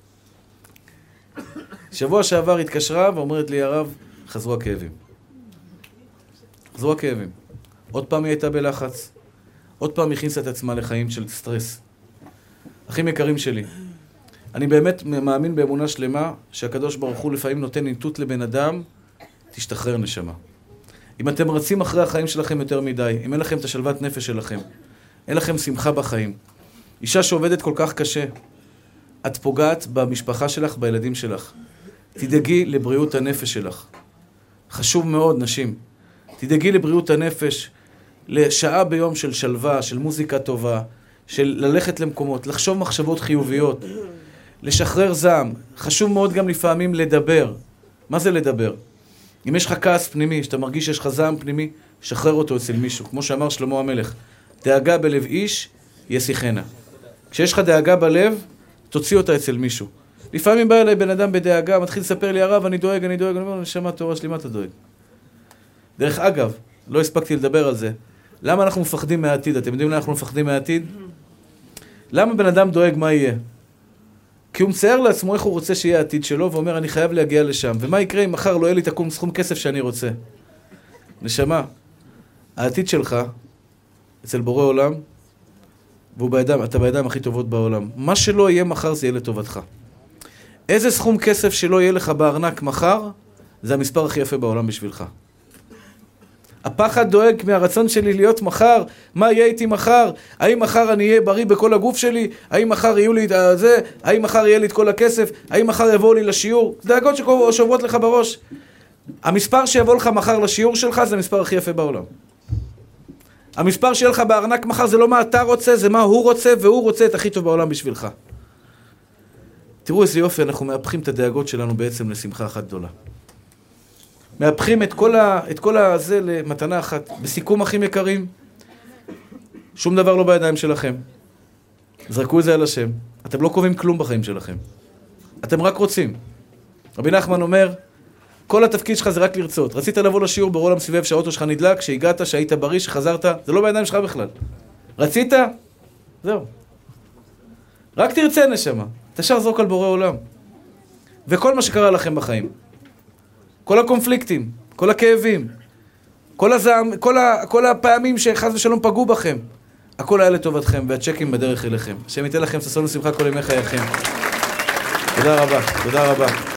שבוע שעבר התקשרה ואומרת לי, הרב, חזרו הכאבים. חזרו הכאבים. עוד פעם היא הייתה בלחץ. עוד פעם הכניסה את עצמה לחיים של סטרס. אחים יקרים שלי, אני באמת מאמין באמונה שלמה שהקדוש ברוך הוא לפעמים נותן ניתות לבן אדם, תשתחרר נשמה. אם אתם רצים אחרי החיים שלכם יותר מדי, אם אין לכם את השלוות נפש שלכם, אין לכם שמחה בחיים. אישה שעובדת כל כך קשה, את פוגעת במשפחה שלך, בילדים שלך. תדאגי לבריאות הנפש שלך. חשוב מאוד, נשים. תדאגי לבריאות הנפש, לשעה ביום של שלווה, של מוזיקה טובה, של ללכת למקומות, לחשוב מחשבות חיוביות, לשחרר זעם. חשוב מאוד גם לפעמים לדבר. מה זה לדבר? אם יש לך כעס פנימי, שאתה מרגיש שיש לך זעם פנימי, שחרר אותו אצל מישהו. כמו שאמר שלמה המלך, דאגה בלב איש ישיחנה. כשיש לך דאגה בלב, תוציא אותה אצל מישהו. לפעמים בא אליי בן אדם בדאגה, מתחיל לספר לי, הרב, אני דואג, אני אומר, נשמה תורה שלי, מה אתה דואג? דרך אגב, לא הספקתי לדבר על זה. למה אנחנו מפחדים מהעתיד? אתם יודעים למה אנחנו מפחדים מהעתיד? למה בן אדם דואג מה יהיה? כי הוא מצייר לעצמו איך הוא רוצה שיהיה העתיד שלו, ואומר, אני חייב להגיע לשם. ומה יקרה אם מחר לא יהיה לי תקום סכום כסף שאני רוצה? נשמה, העתיד שלך, אצל בורא עולם, אתה בידיים הכי טובות בעולם. מה שלא יהיה מחר זה יהיה לטובתך. איזה סכום כסף שלא יהיה לך בארנק מחר, זה המספר הכי יפה בעולם בשבילך. הפחד דואג מהרצון שלי להיות מחר, מה יהיה איתי מחר? האם מחר אני אהיה בריא בכל הגוף שלי? האם מחר יהיו לי את זה? האם מחר יהיה לי את כל הכסף? האם מחר יבואו לי לשיעור? דאגות ששוברות לך בראש. המספר שיבוא לך מחר לשיעור שלך זה המספר הכי יפה בעולם. המספר שיהיה לך בארנק מחר זה לא מה אתה רוצה, זה מה הוא רוצה, והוא רוצה את הכי טוב בעולם בשבילך. תראו איזה יופי, אנחנו מאפחים את הדאגות שלנו בעצם לשמחה אחת גדולה. מאפחים את כל הזה למתנה אחת. בסיכום, אחים יקרים, שום דבר לא בידיים שלכם. זרקו את זה על השם. אתם לא קובעים כלום בחיים שלכם. אתם רק רוצים. רבי נחמן אומר, כל התפקיד שלך זה רק לרצות. רצית לבוא לשיעור בעולם סביב שהאוטו שלך נדלק, שהגעת, שהיית בריא, שחזרת, זה לא בידיים שלך בכלל. רצית? זהו. רק תרצה נשמה. תשאר זרוק על בורא עולם. וכל מה שקרה לכם בחיים. כל הקונפליקטים, כל הכאבים, כל הזעם, כל הפעמים שחס ושלום פגעו בכם, הכל היה לטובתכם, והצ'קים בדרך אליכם. השם ייתן לכם ששון ושמחה כל ימי חייכם. תודה רבה, תודה רבה.